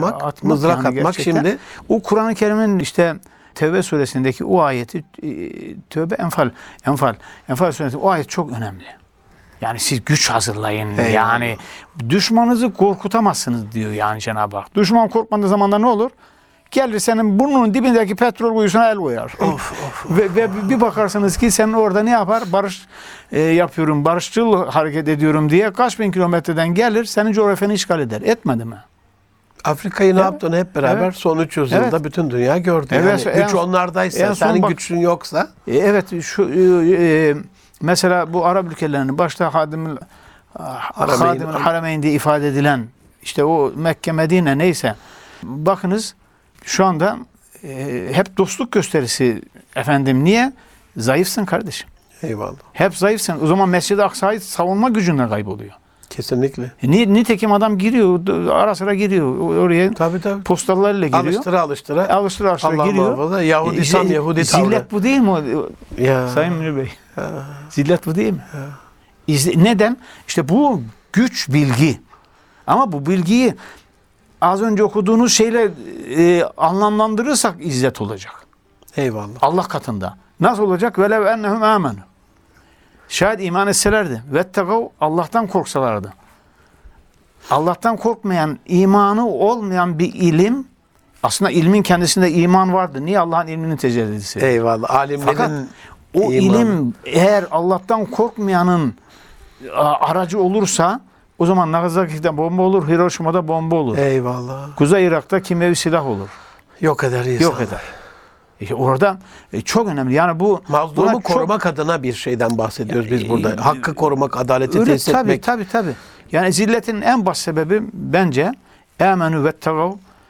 Mızrak
yani
atmak
gerçekten.
şimdi.
O Kur'an-ı Kerim'in işte Tevbe suresindeki o ayeti, e, Tevbe Enfal, Enfal, Enfal suresindeki o ayet çok önemli. Yani siz güç hazırlayın.
Eyvallah.
Yani düşmanınızı korkutamazsınız diyor yani Cenab-ı Hak. Düşman korkmadığı zaman ne olur? Gelir senin burnunun dibindeki petrol kuyusuna el koyar.
Of, of,
ve, ve bir bakarsınız ki senin orada ne yapar? Barış e, yapıyorum, barışçıl hareket ediyorum diye kaç bin kilometreden gelir senin coğrafyanı işgal eder. Etmedi mi?
Afrika'yı ne
Evet.
yaptığını hep beraber
Evet.
son üç yüz
Evet.
yılda bütün dünya gördü.
Evet,
Yani
en-
güç onlardaysa,
en son
senin
bak-
gücün yoksa.
E, evet şu e, e, mesela bu Arap ülkelerinin başta Hadimül
Harameyn.
Hadimül Harameyn diye ifade edilen işte o Mekke, Medine neyse bakınız şu anda e, hep dostluk gösterisi efendim. Niye? Zayıfsın kardeşim.
Eyvallah.
Hep zayıfsın. O zaman Mescid-i Aksa'yı savunma gücünden kayboluyor.
Kesinlikle.
E, ni- nitekim adam giriyor, d- ara sıra giriyor o- oraya
Tabii tabii.
postallarıyla giriyor.
Alıştıra alıştıra.
Alıştıra alıştıra
Allah
giriyor.
muhafaza. Yahudi
E,
tam
şey,
Yahudi tavrı.
Zillet bu değil mi? o-
Ya.
Sayın Münir Bey. Zillet bu değil mi? İzle- neden? İşte bu güç bilgi. Ama bu bilgiyi az önce okuduğunuz şeyle e, anlamlandırırsak izzet olacak.
Eyvallah.
Allah katında. Nasıl olacak? Velev ennehum amenu. Şayet iman etselerdi. Vettegav, Allah'tan korksalardı. Allah'tan korkmayan, imanı olmayan bir ilim, aslında ilmin kendisinde iman vardı. Niye? Allah'ın ilminin tecellisi.
Eyvallah.
Fakat
Alimlerin
o
imanı.
ilim eğer Allah'tan korkmayanın a, aracı olursa o zaman Nagasaki'de bomba olur, Hiroşima'da bomba olur.
Eyvallah.
Kuzey Irak'ta kimyevi silah olur.
Yok eder insan.
Yok eder. İşte orada e, çok önemli. Yani bu
Mazlumu
buna çok-
korumak adına bir şeyden bahsediyoruz biz
e,
burada. Hakkı korumak, adaleti
Öyle,
tesis
tabii,
etmek.
tabii tabii. Yani zilletin en baş sebebi bence emenü ve tegav.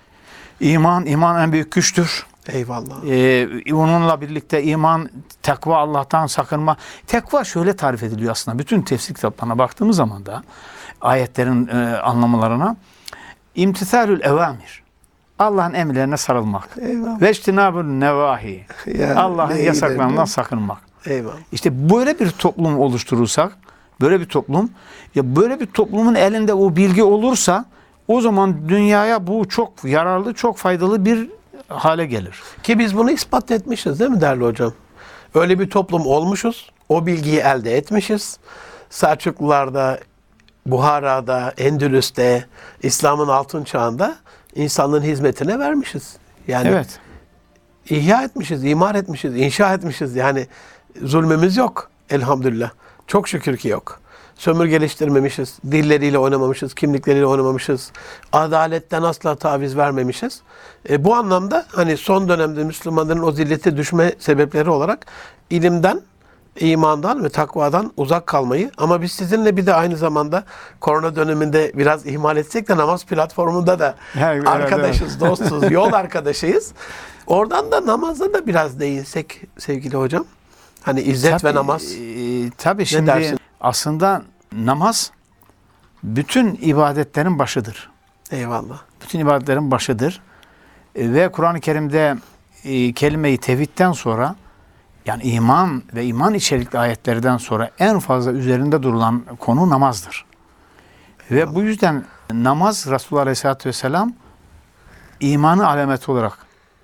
İman, iman en büyük güçtür.
Eyvallah.
Ee, onunla birlikte iman, tekva, Allah'tan sakınma. Tekva şöyle tarif ediliyor aslında. Bütün tefsir kitaplarına baktığımız zaman da ayetlerin e, anlamlarına imtithalül evamir. Allah'ın emirlerine sarılmak.
Eyvallah.
Ve içtinabun nevahi.
Ya,
Allah'ın
ne
yasaklarından
eylem.
sakınmak.
Eyvallah.
İşte böyle bir toplum oluşturursak, böyle bir toplum, ya böyle bir toplumun elinde o bilgi olursa o zaman dünyaya bu çok yararlı, çok faydalı bir hale gelir.
Ki biz bunu ispat etmişiz değil mi değerli hocam? Öyle bir toplum olmuşuz. O bilgiyi elde etmişiz. Selçuklularda, Buhara'da, Endülüs'te, İslam'ın altın çağında insanlığın hizmetine vermişiz. Yani
Evet.
ihya etmişiz, imar etmişiz, inşa etmişiz. Yani zulmümüz yok elhamdülillah. Çok şükür ki yok. Sömürgeleştirmemişiz, dilleriyle oynamamışız, kimlikleriyle oynamamışız. Adaletten asla taviz vermemişiz. E, bu anlamda hani son dönemde Müslümanların o zillete düşme sebepleri olarak ilimden, imandan ve takvadan uzak kalmayı, ama biz sizinle bir de aynı zamanda korona döneminde biraz ihmal etsek de namaz platformunda da
Evet,
arkadaşız, dostuz, yol arkadaşıyız. Oradan da namaza da biraz değinsek sevgili hocam. Hani izzet ve namaz.
E, tabii şimdi
dersin?
aslında namaz bütün ibadetlerin başıdır.
Eyvallah.
Bütün ibadetlerin başıdır. E, ve Kur'an-ı Kerim'de e, kelime-i tevhidden sonra yani iman ve iman içerikli ayetlerden sonra en fazla üzerinde durulan konu namazdır. Ve bu yüzden namaz Resulullah Aleyhisselatü Vesselam imanı alameti olarak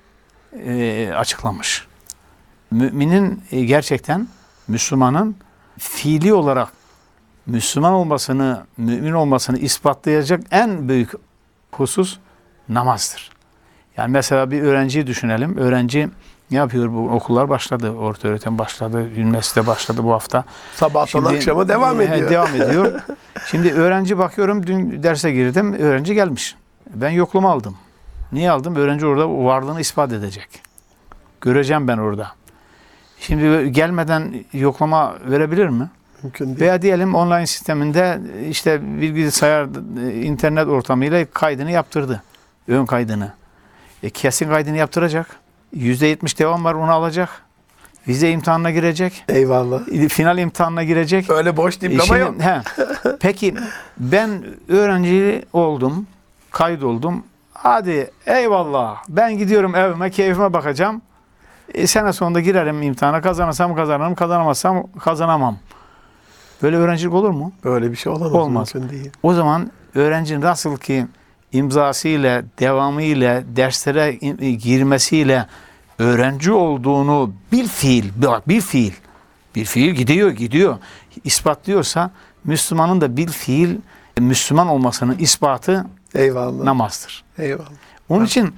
e, açıklamış. Müminin e, gerçekten Müslümanın fiili olarak Müslüman olmasını, mümin olmasını ispatlayacak en büyük husus namazdır. Yani mesela bir öğrenciyi düşünelim. Öğrenci ne yapıyor? Bu okullar başladı. Orta öğretim başladı. Üniversite başladı bu hafta.
Sabahtan akşama devam
e,
ediyor.
Devam ediyor. Şimdi öğrenci bakıyorum. Dün derse girdim. Öğrenci gelmiş. Ben yoklama aldım. Niye aldım? Öğrenci orada varlığını ispat edecek. Göreceğim ben orada. Şimdi gelmeden yoklama verebilir mi?
Mümkün değil.
Veya diyelim online sisteminde işte bilgisayar, internet ortamıyla kaydını yaptırdı. Ön kaydını. E kesin kaydını yaptıracak. yüzde yetmiş devam var, onu alacak. Vize imtihanına girecek.
Eyvallah.
Final imtihanına girecek.
Öyle boş
E
diploma
şimdi-
yok.
he. Peki ben öğrenci oldum, kaydoldum. Hadi eyvallah. Ben gidiyorum evime, keyfime bakacağım. E, sene sonunda girerim imtihana. Kazanırsam kazanırım, kazanamazsam kazanamam. Böyle öğrencilik olur mu?
Böyle bir şey olamaz.
Olmaz.
Mümkün değil.
O zaman öğrencinin nasıl ki imzasıyla, devamıyla, derslere girmesiyle öğrenci olduğunu bir fiil, bak bir fiil, bir fiil gidiyor, gidiyor, ispatlıyorsa Müslümanın da bir fiil Müslüman olmasının ispatı
Eyvallah.
namazdır.
Eyvallah.
Onun için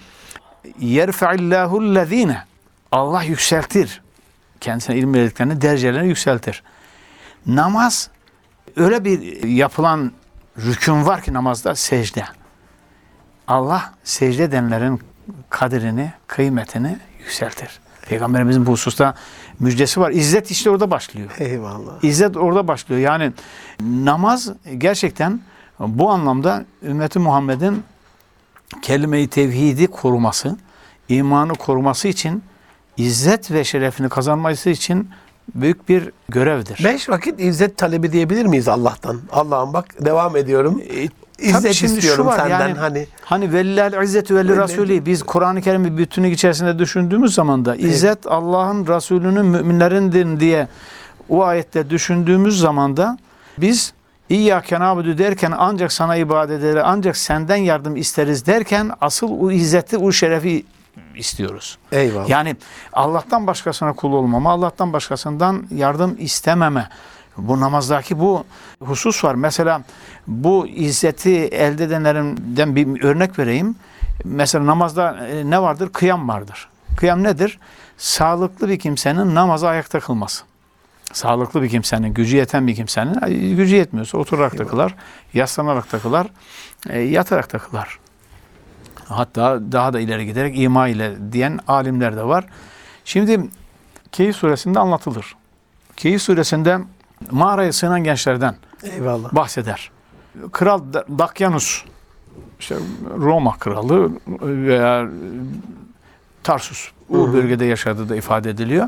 yerfa'illâhu'llezîne Allah yükseltir. Kendisine ilim verdiklerini derecelerini yükseltir. Namaz öyle bir yapılan rükün var ki namazda secde. Allah secde edenlerin kadrini, kıymetini yükseltir. Peygamberimizin bu hususta müjdesi var. İzzet işte orada başlıyor.
Eyvallah.
İzzet orada başlıyor. Yani namaz gerçekten bu anlamda ümmeti Muhammed'in kelime-i tevhidi koruması, imanı koruması için, izzet ve şerefini kazanması için büyük bir görevdir.
Beş vakit izzet talebi diyebilir miyiz Allah'tan? Allah'ım bak devam ediyorum.
E,
İzzet
şimdi
istiyorum
şu var,
senden
yani,
hani.
Hani velillâhil izzetu ve li rasûlî. Biz Kur'an-ı Kerim'i bütünlük içerisinde düşündüğümüz zaman da izzet Allah'ın Resulü'nün müminlerindir diye o ayette düşündüğümüz zaman da biz İyyâke nâbudu derken ancak sana ibadet ederiz, ancak senden yardım isteriz derken asıl o izzeti, o şerefi istiyoruz.
Eyvallah.
Yani Allah'tan başkasına kul olmama, Allah'tan başkasından yardım istememe. Bu namazdaki bu husus var. Mesela bu izzeti elde edenlerinden bir örnek vereyim. Mesela namazda ne vardır? Kıyam vardır. Kıyam nedir? Sağlıklı bir kimsenin namaza ayakta kılması. Sağlıklı bir kimsenin, gücü yeten bir kimsenin, gücü yetmiyorsa oturarak da kılar, yaslanarak da kılar, yatarak da kılar. Hatta daha da ileri giderek ima ile diyen alimler de var. Şimdi Kehf suresinde anlatılır. Kehf suresinde mağaraya sığınan gençlerden
Eyvallah.
bahseder. Kral Dakyanus, işte Roma kralı veya Tarsus, o
Hı-hı.
bölgede yaşadığı da ifade ediliyor.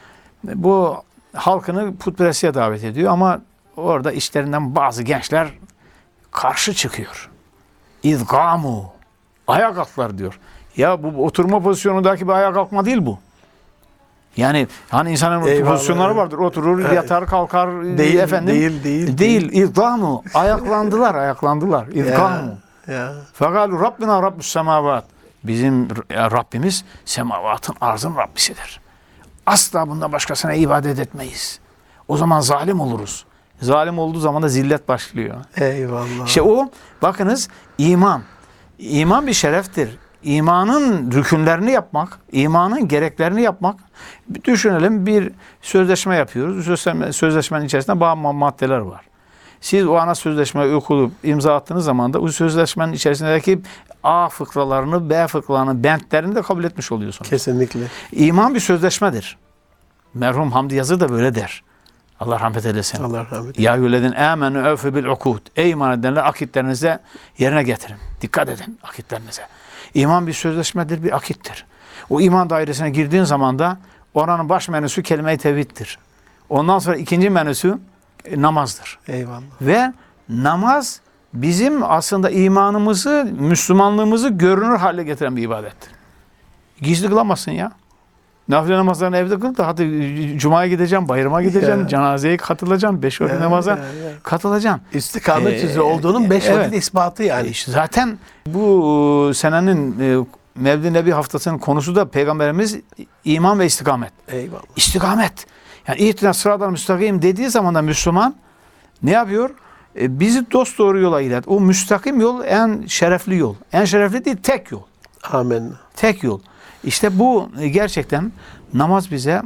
Bu halkını putperestliğe davet ediyor ama orada içlerinden bazı gençler karşı çıkıyor. İzgamu, ayağa kalklar diyor. Ya bu oturma pozisyonundaki bir ayağa kalkma değil bu. Yani hani insanın
Eyvallah,
pozisyonları
evet.
vardır. Oturur,
Evet.
yatar, kalkar
Değil,
efendim.
değil, değil,
Değil, izgamu. Ayaklandılar, ayaklandılar. İzgamu.
Ya, ya.
Fekalu Rabbina Rabbus semavat. Bizim Rabbimiz semavatın, arzın Rabbisidir. Asla bundan başkasına ibadet etmeyiz. O zaman zalim oluruz. Zalim olduğu zaman da zillet başlıyor.
Eyvallah.
İşte o, bakınız iman. İman bir şereftir. İmanın rükünlerini yapmak, imanın gereklerini yapmak. Bir düşünelim, bir sözleşme yapıyoruz. Sözleşme, sözleşmenin içerisinde bazı maddeler var. Siz o ana sözleşmeyi okuyup imza attığınız zaman da o sözleşmenin içerisindeki A fıkralarını, B fıkralarını, bentlerini de kabul etmiş oluyorsunuz.
Kesinlikle.
İman bir sözleşmedir. Merhum Hamdi Yazır da böyle der. Allah rahmet eylesin.
Allah rahmet eylesin.
Ya yüledin âmenü evfü bil ukûd. Ey iman edenler akitlerinize yerine getirin. Dikkat edin akitlerinize. İman bir sözleşmedir, bir akittir. O iman dairesine girdiğin zaman da oranın baş menüsü kelime-i tevhiddir. Ondan sonra ikinci menüsü e, namazdır.
Eyvallah.
Ve namaz bizim aslında imanımızı, Müslümanlığımızı görünür hale getiren bir ibadettir. Gizli kılamazsın ya. Nafile namazlarını evde kıl da hadi Cuma'ya gideceğim, bayrama gideceğim,
Ya.
cenazeye katılacağım, beş vakit
Ya,
namaza
ya, ya.
katılacağım.
İstikamet
Ee,
üzere olduğunun beş
evet.
vakit ispatı yani.
İşte zaten bu senenin e, Mevlid Nebi haftasının konusu da Peygamberimiz iman ve istikamet.
Eyvallah.
İstikamet. Yani İhtina sıradan müstakim dediği zaman da Müslüman ne yapıyor? E, bizi dosdoğru yola ilet. O müstakim yol en şerefli yol. En şerefli değil, tek yol.
Amin.
Tek yol. İşte bu e, gerçekten namaz bize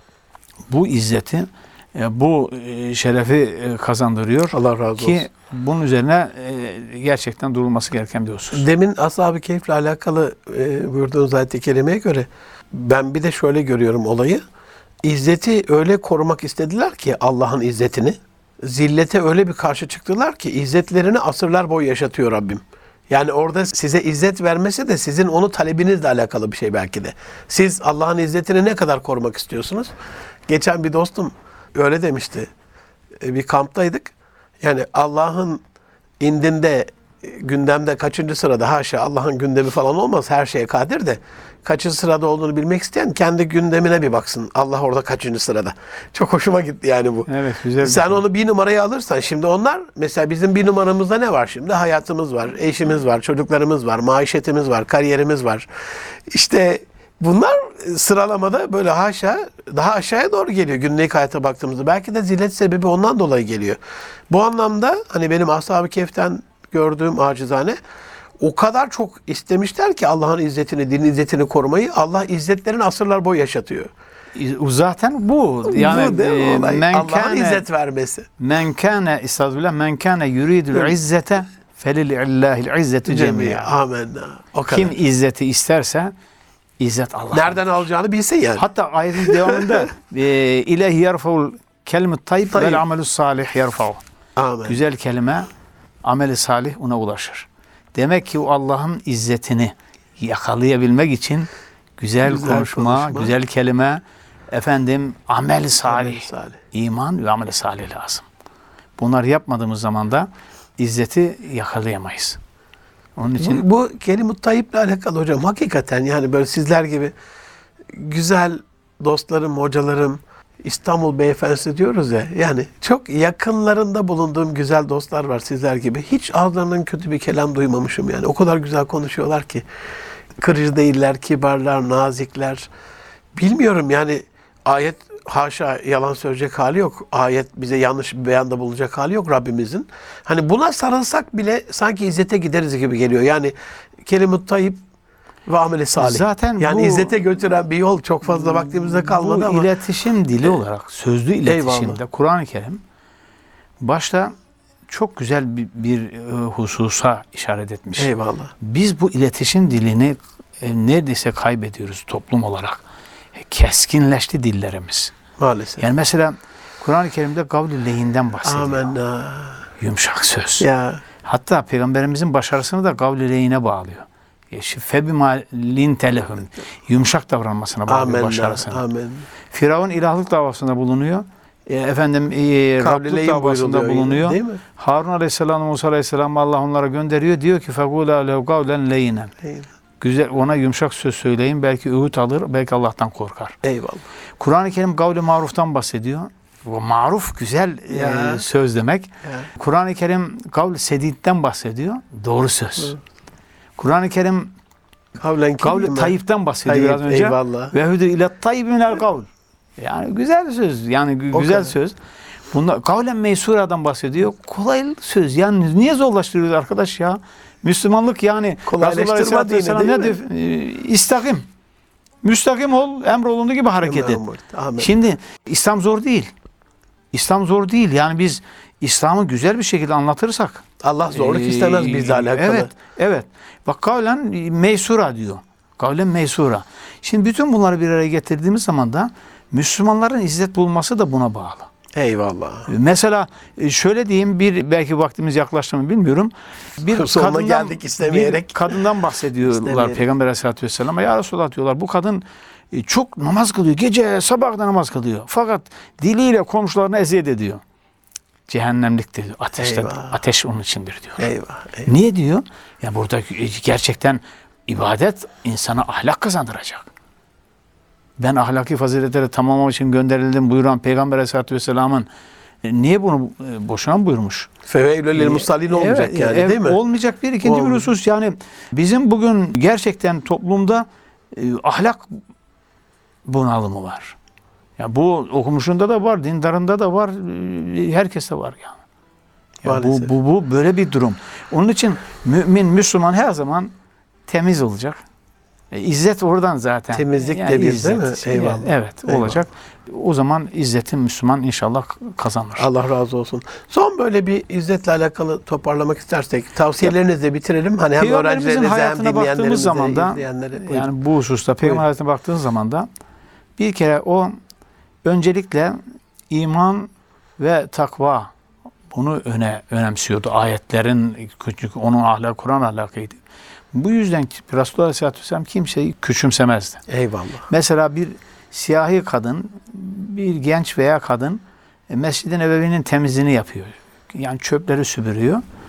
bu izzeti, e, bu e, şerefi e, kazandırıyor.
Allah razı olsun.
Ki bunun üzerine e, gerçekten durulması gereken bir husus.
Demin Ashab-ı Kehf'le alakalı e, buyurduğunuz ayet-i kerimeye göre ben bir de şöyle görüyorum olayı. İzzeti öyle korumak istediler ki Allah'ın izzetini. Zillete öyle bir karşı çıktılar ki izzetlerini asırlar boyu yaşatıyor Rabbim. Yani orada size izzet vermesi de sizin onu talebinizle alakalı bir şey belki de. Siz Allah'ın izzetini ne kadar korumak istiyorsunuz? Geçen bir dostum öyle demişti. E, Bir kamptaydık. Yani Allah'ın indinde gündemde kaçıncı sırada, haşa Allah'ın gündemi falan olmaz, her şeye kadir de kaçıncı sırada olduğunu bilmek isteyen kendi gündemine bir baksın. Allah orada kaçıncı sırada. Çok hoşuma gitti yani bu.
Evet, güzel.
Sen onu bir numaraya alırsan, şimdi onlar mesela bizim bir numaramızda ne var şimdi? Hayatımız var, eşimiz var, çocuklarımız var, maişetimiz var, kariyerimiz var. İşte bunlar sıralamada böyle haşa daha aşağıya doğru geliyor günlük hayata baktığımızda. Belki de zillet sebebi ondan dolayı geliyor. Bu anlamda hani benim Ashab-ı Kehf'ten gördüğüm acizane, o kadar çok istemişler ki Allah'ın izzetini, dinin izzetini korumayı, Allah izzetlerini asırlar boyu yaşatıyor.
Zaten bu. Yani
bu değil mi
e,
olay?
men
Allah'ın
kâne,
izzet vermesi.
men kâne, estağfirullah, men kâne yuridul izzete felillahil izzetu cemi'a.
Amenna. O kadar.
Kim izzeti isterse izzet Allah.
Nereden alacağını bilsin yani.
Hatta ayetin devamında e, ilahi yerfa'ul kelimut tayyib
Tayyib.
vel amelus salih yerfa'u.
Amin.
Güzel kelime, ameli salih ona ulaşır. Demek ki o Allah'ın izzetini yakalayabilmek için güzel,
Güzel
konuşma,
konuşma.
güzel kelime, efendim amel salih,
Amel salih.
iman ve amel salih lazım. Bunları yapmadığımız zaman da izzeti yakalayamayız. Onun için
Bu, bu Kelim-i Tayyip'le alakalı hocam, hakikaten yani böyle sizler gibi güzel dostlarım, hocalarım, İstanbul beyefendisi diyoruz ya, yani çok yakınlarında bulunduğum güzel dostlar var sizler gibi. Hiç ağızlarından kötü bir kelam duymamışım yani. O kadar güzel konuşuyorlar ki. Kırıcı değiller, kibarlar, nazikler. Bilmiyorum yani, ayet haşa yalan söyleyecek hali yok. Ayet bize yanlış bir beyanda bulunacak hali yok Rabbimizin. Hani buna sarılsak bile sanki izzete gideriz gibi geliyor. Yani Kelim-i Tayyip ve ameli salih.
Zaten
yani
bu-
izzete götüren bir yol, çok fazla vaktimizde kalmadı
bu
ama.
iletişim dili olarak, sözlü iletişimde
Eyvallah.
Kur'an-ı Kerim başta çok güzel bir, bir e, hususa işaret etmiş.
Eyvallah.
Biz bu iletişim dilini e, neredeyse kaybediyoruz toplum olarak. E, keskinleşti dillerimiz.
Maalesef.
Yani mesela Kur'an-ı Kerim'de gavl-i leyinden bahsediyor.
Amenna.
Yumuşak söz.
Ya.
Hatta Peygamberimizin başarısını da gavl-i leyine bağlıyor. Febima lintelehum, yumuşak davranmasına bağlıyor
Amenna.
başarısını.
Amen.
Firavun ilahlık davasında bulunuyor. E, efendim e,
Kavli
Rablık
leyin
davasında
buyruluyor yine,
bulunuyor.
değil mi?
Harun Aleyhisselam, Musa Aleyhisselam Allah onlara gönderiyor. Diyor ki fekûlâ lehu gavlen leyinen. Güzel, ona yumuşak söz söyleyin. Belki öğüt alır, belki Allah'tan korkar.
Eyvallah.
Kur'an-ı Kerim gavl-i maruftan bahsediyor. Bu maruf güzel
Ya.
e, söz demek.
Ya.
Kur'an-ı Kerim gavl-i sedidden bahsediyor. Doğru söz.
Evet.
Kur'an-ı Kerim
Kavlen
gavl-i
kelime.
tayyipten bahsediyor
Tayyip,
biraz önce.
eyvallah.
Ve hüdü ile tayyib minel gavl. Yani güzel söz. Yani gü-
O
güzel
kadar.
söz. Bunda kavlen meysuradan bahsediyor. Kolay söz. Yani niye zorlaştırıyoruz arkadaş ya? Müslümanlık yani
Kolaylaştırma
Resulullah Aleyhisselatü
dini,
Vesselam
değil
ne diyor? Ee, İstakim. Müstakim ol, emrolunduğu gibi hareket et.
Amin.
Şimdi İslam zor değil. İslam zor değil. Yani biz İslam'ı güzel bir şekilde anlatırsak.
Allah zorluk
Ee,
istemez bizle alakalı.
Evet, evet. Bak kavlen meysura diyor. Kavlen meysura. Şimdi bütün bunları bir araya getirdiğimiz zaman da Müslümanların izzet bulması da buna bağlı.
Eyvallah.
Mesela şöyle diyeyim, bir belki vaktimiz yaklaştı mı bilmiyorum. Bir
Sonuna
kadından,
geldik istemeyerek.
Bir kadından bahsediyorlar
İstemeyerek.
Peygamber Aleyhisselatü Vesselam'a. Ya Resulallah diyorlar, bu kadın e, çok namaz kılıyor. Gece sabah da namaz kılıyor. Fakat diliyle komşularına eziyet ediyor. Cehennemliktir diyor. Ateşte,
Eyvah.
ateş onun içindir diyor.
Eyvah. eyvah.
Niye diyor? Ya burada gerçekten ibadet insana ahlak kazandıracak. Ben ahlaki faziletleri tamamlamak için gönderildim buyuran Peygamber Aleyhisselatü Vesselam'ın e, niye bunu e, boşuna mı buyurmuş?
Feveylül lil musallin olmayacak
Evet,
yani,
evet,
değil mi?
Olmayacak bir ikinci bir
Olmayacak.
husus. Yani bizim bugün gerçekten toplumda e, ahlak bunalımı var. Ya bu okumuşunda da var, dindarında da var, e, herkeste var yani. Ya bu,
Maalesef.
bu, bu böyle bir durum. Onun için mümin, Müslüman her zaman temiz olacak. E, İzzet oradan zaten.
Temizlik de bir, değil mi?
İzzet.
Eyvallah.
Evet,
Eyvallah.
olacak. O zaman izzetin Müslüman inşallah kazanır.
Allah razı olsun. Son böyle bir izzetle alakalı toparlamak istersek tavsiyelerinizi bitirelim. Hani hem
Peygamberimizin
öğrencilerinize hem
hayatına baktığımız
dinleyenlerimize,
zaman da
izleyenlere. Buyurun.
yani bu hususta Peygamber hayatına baktığınız zaman da bir kere o öncelikle iman ve takva bunu öne önemsiyordu. Ayetlerin küçük, onun ahlakı, Kur'an ahlakıydı. Bu yüzden Resulullah Aleyhisselatü Vesselam kimseyi küçümsemezdi.
Eyvallah.
Mesela bir siyahi kadın, bir genç veya kadın e, Mescid-i Nebevi'nin temizliğini yapıyor. Yani çöpleri süpürüyor.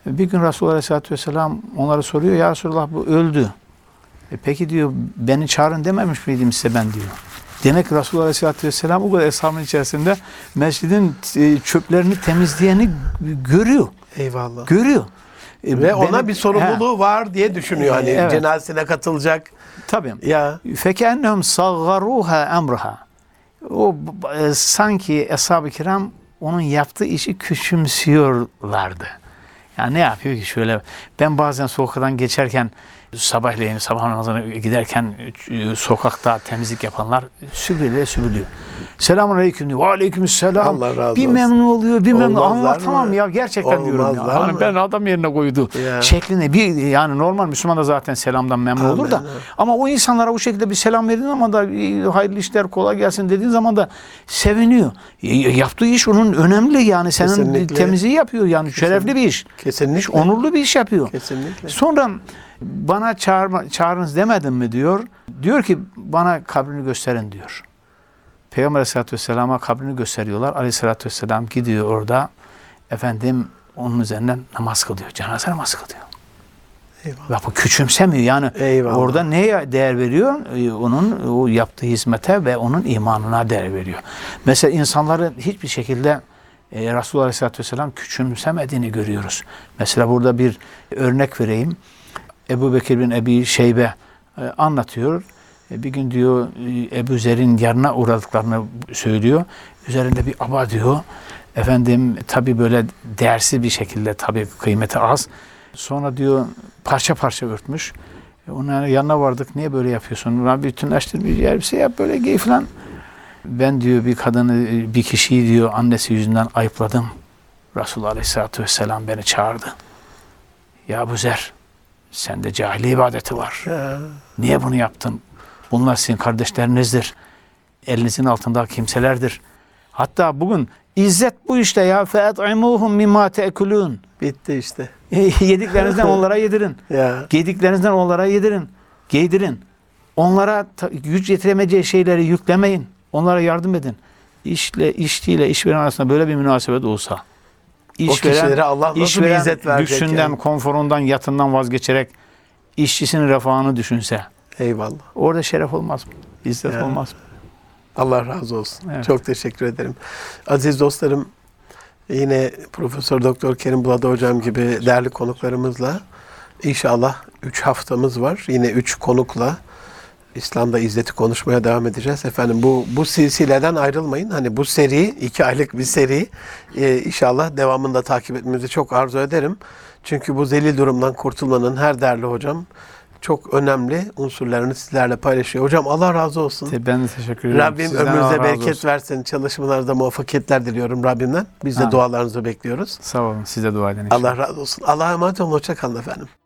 Bir gün Resulullah Aleyhisselatü Vesselam onları soruyor. Ya Resulullah bu öldü. E peki diyor beni çağırın dememiş miydim size ben diyor. Demek ki Resulullah Aleyhisselatü Vesselam o kadar eshabın içerisinde mescidin e, çöplerini temizleyeni görüyor.
Eyvallah.
Görüyor. E,
Ve ona
benim-
bir sorumluluğu
He,
var diye düşünüyor. Hani
Evet.
cenazesine katılacak.
tabii.
Ya
Fekennehum saggaruha emraha. O e, sanki ashab-ı kiram onun yaptığı işi küçümsüyorlardı. Yani ne yapıyor ki şöyle, ben bazen sokaktan geçerken sabahleyin sabah namazına giderken e, sokakta temizlik yapanlar süpürüyor süpürüyor. Selamun aleyküm diyor. Ve aleykümselam.
Allah razı
Bir
olsun.
memnun oluyor, bir memnun.
Olmazlar
Anlatamam
mı?
ya gerçekten diyorum ya.
Olmazlar
Hani
mı?
ben adam yerine koydu.
Ya.
Şeklinde bir yani normal Müslüman da zaten selamdan memnun olur da.
Amen, evet.
Ama o insanlara bu şekilde bir selam verdiğin zaman da "İyi, hayırlı işler kolay gelsin" dediğin zaman da seviniyor. E, Yaptığı iş onun önemli yani senin
Kesinlikle.
temizliği yapıyor yani şerefli bir iş.
kesinlikle.
Onurlu bir iş yapıyor.
Kesinlikle.
Sonra bana çağırma, çağırınız demedim mi diyor. Diyor ki bana kabrini gösterin diyor. Peygamber Aleyhisselatü Vesselam'a kabrini gösteriyorlar. Aleyhisselatü Vesselam gidiyor orada. Efendim onun üzerinden namaz kılıyor. Cenaze namazı kılıyor.
Eyvallah.
Bak bu küçümsemiyor yani.
Eyvallah.
Orada neye değer veriyor? Ee, Onun o yaptığı hizmete ve onun imanına değer veriyor. Mesela insanları hiçbir şekilde e, Resulullah Aleyhisselatü Vesselam küçümsemediğini görüyoruz. Mesela burada bir örnek vereyim. Ebu Bekir bin Ebi Şeybe e, anlatıyor. E, bir gün diyor e, Ebu Zer'in yanına uğradıklarını söylüyor. Üzerinde bir aba diyor. Efendim tabi böyle değersiz bir şekilde tabi kıymeti az. Sonra diyor parça parça örtmüş. E, onun yanına vardık. Niye böyle yapıyorsun? Ben bütünleştir bir elbise yap böyle giy falan. Ben diyor bir kadını bir kişiyi diyor annesi yüzünden ayıpladım. Resulullah Aleyhisselatü Vesselam beni çağırdı. Ya Ebu Zer sende cahili ibadeti var.
Ya.
Niye bunu yaptın? Bunlar sizin kardeşlerinizdir. Elinizin altında kimselerdir. Hatta bugün izzet bu işte ya. فَاَطْعِمُوهُمْ مِمَّا تَأْكُلُونَ
Bitti işte.
Yediklerinizden onlara yedirin.
Ya.
Giydiklerinizden onlara yedirin. Giydirin. Onlara ta- güç yetiremeyeceği şeyleri yüklemeyin. Onlara yardım edin. İşle, işçiyle işveren arasında böyle bir münasebet olsa,
O kişilere Allah nasıl bir
işveren
izzet verecek
lüksünden,
yani?
konforundan, yatından vazgeçerek işçisinin refahını düşünse,
Eyvallah.
orada şeref olmaz mı? İzzet
Ya.
olmaz mı?
Allah razı olsun.
Evet.
Çok teşekkür ederim. Aziz dostlarım, yine Profesör Doktor Kerim Bulada hocam gibi değerli konuklarımızla inşallah üç haftamız var. Yine üç konukla İslam'da izzeti konuşmaya devam edeceğiz. Efendim bu bu silsileden ayrılmayın. Hani bu seri, iki aylık bir seri. Ee, inşallah devamında takip etmenizi çok arzu ederim. Çünkü bu zelil durumdan kurtulmanın her değerli hocam çok önemli unsurlarını sizlerle paylaşıyor. Hocam Allah razı olsun.
Ben de teşekkür ederim.
Rabbim
Sizden Allah
ömrünüze
razı
bereket
olsun.
versin. Çalışmalarda muvaffakiyetler diliyorum Rabbimden. Biz de
Amin.
dualarınızı bekliyoruz.
Sağ olun. Siz de dua edin inşallah.
Allah razı olsun. Allah'a emanet olun. Hoşça kalın efendim.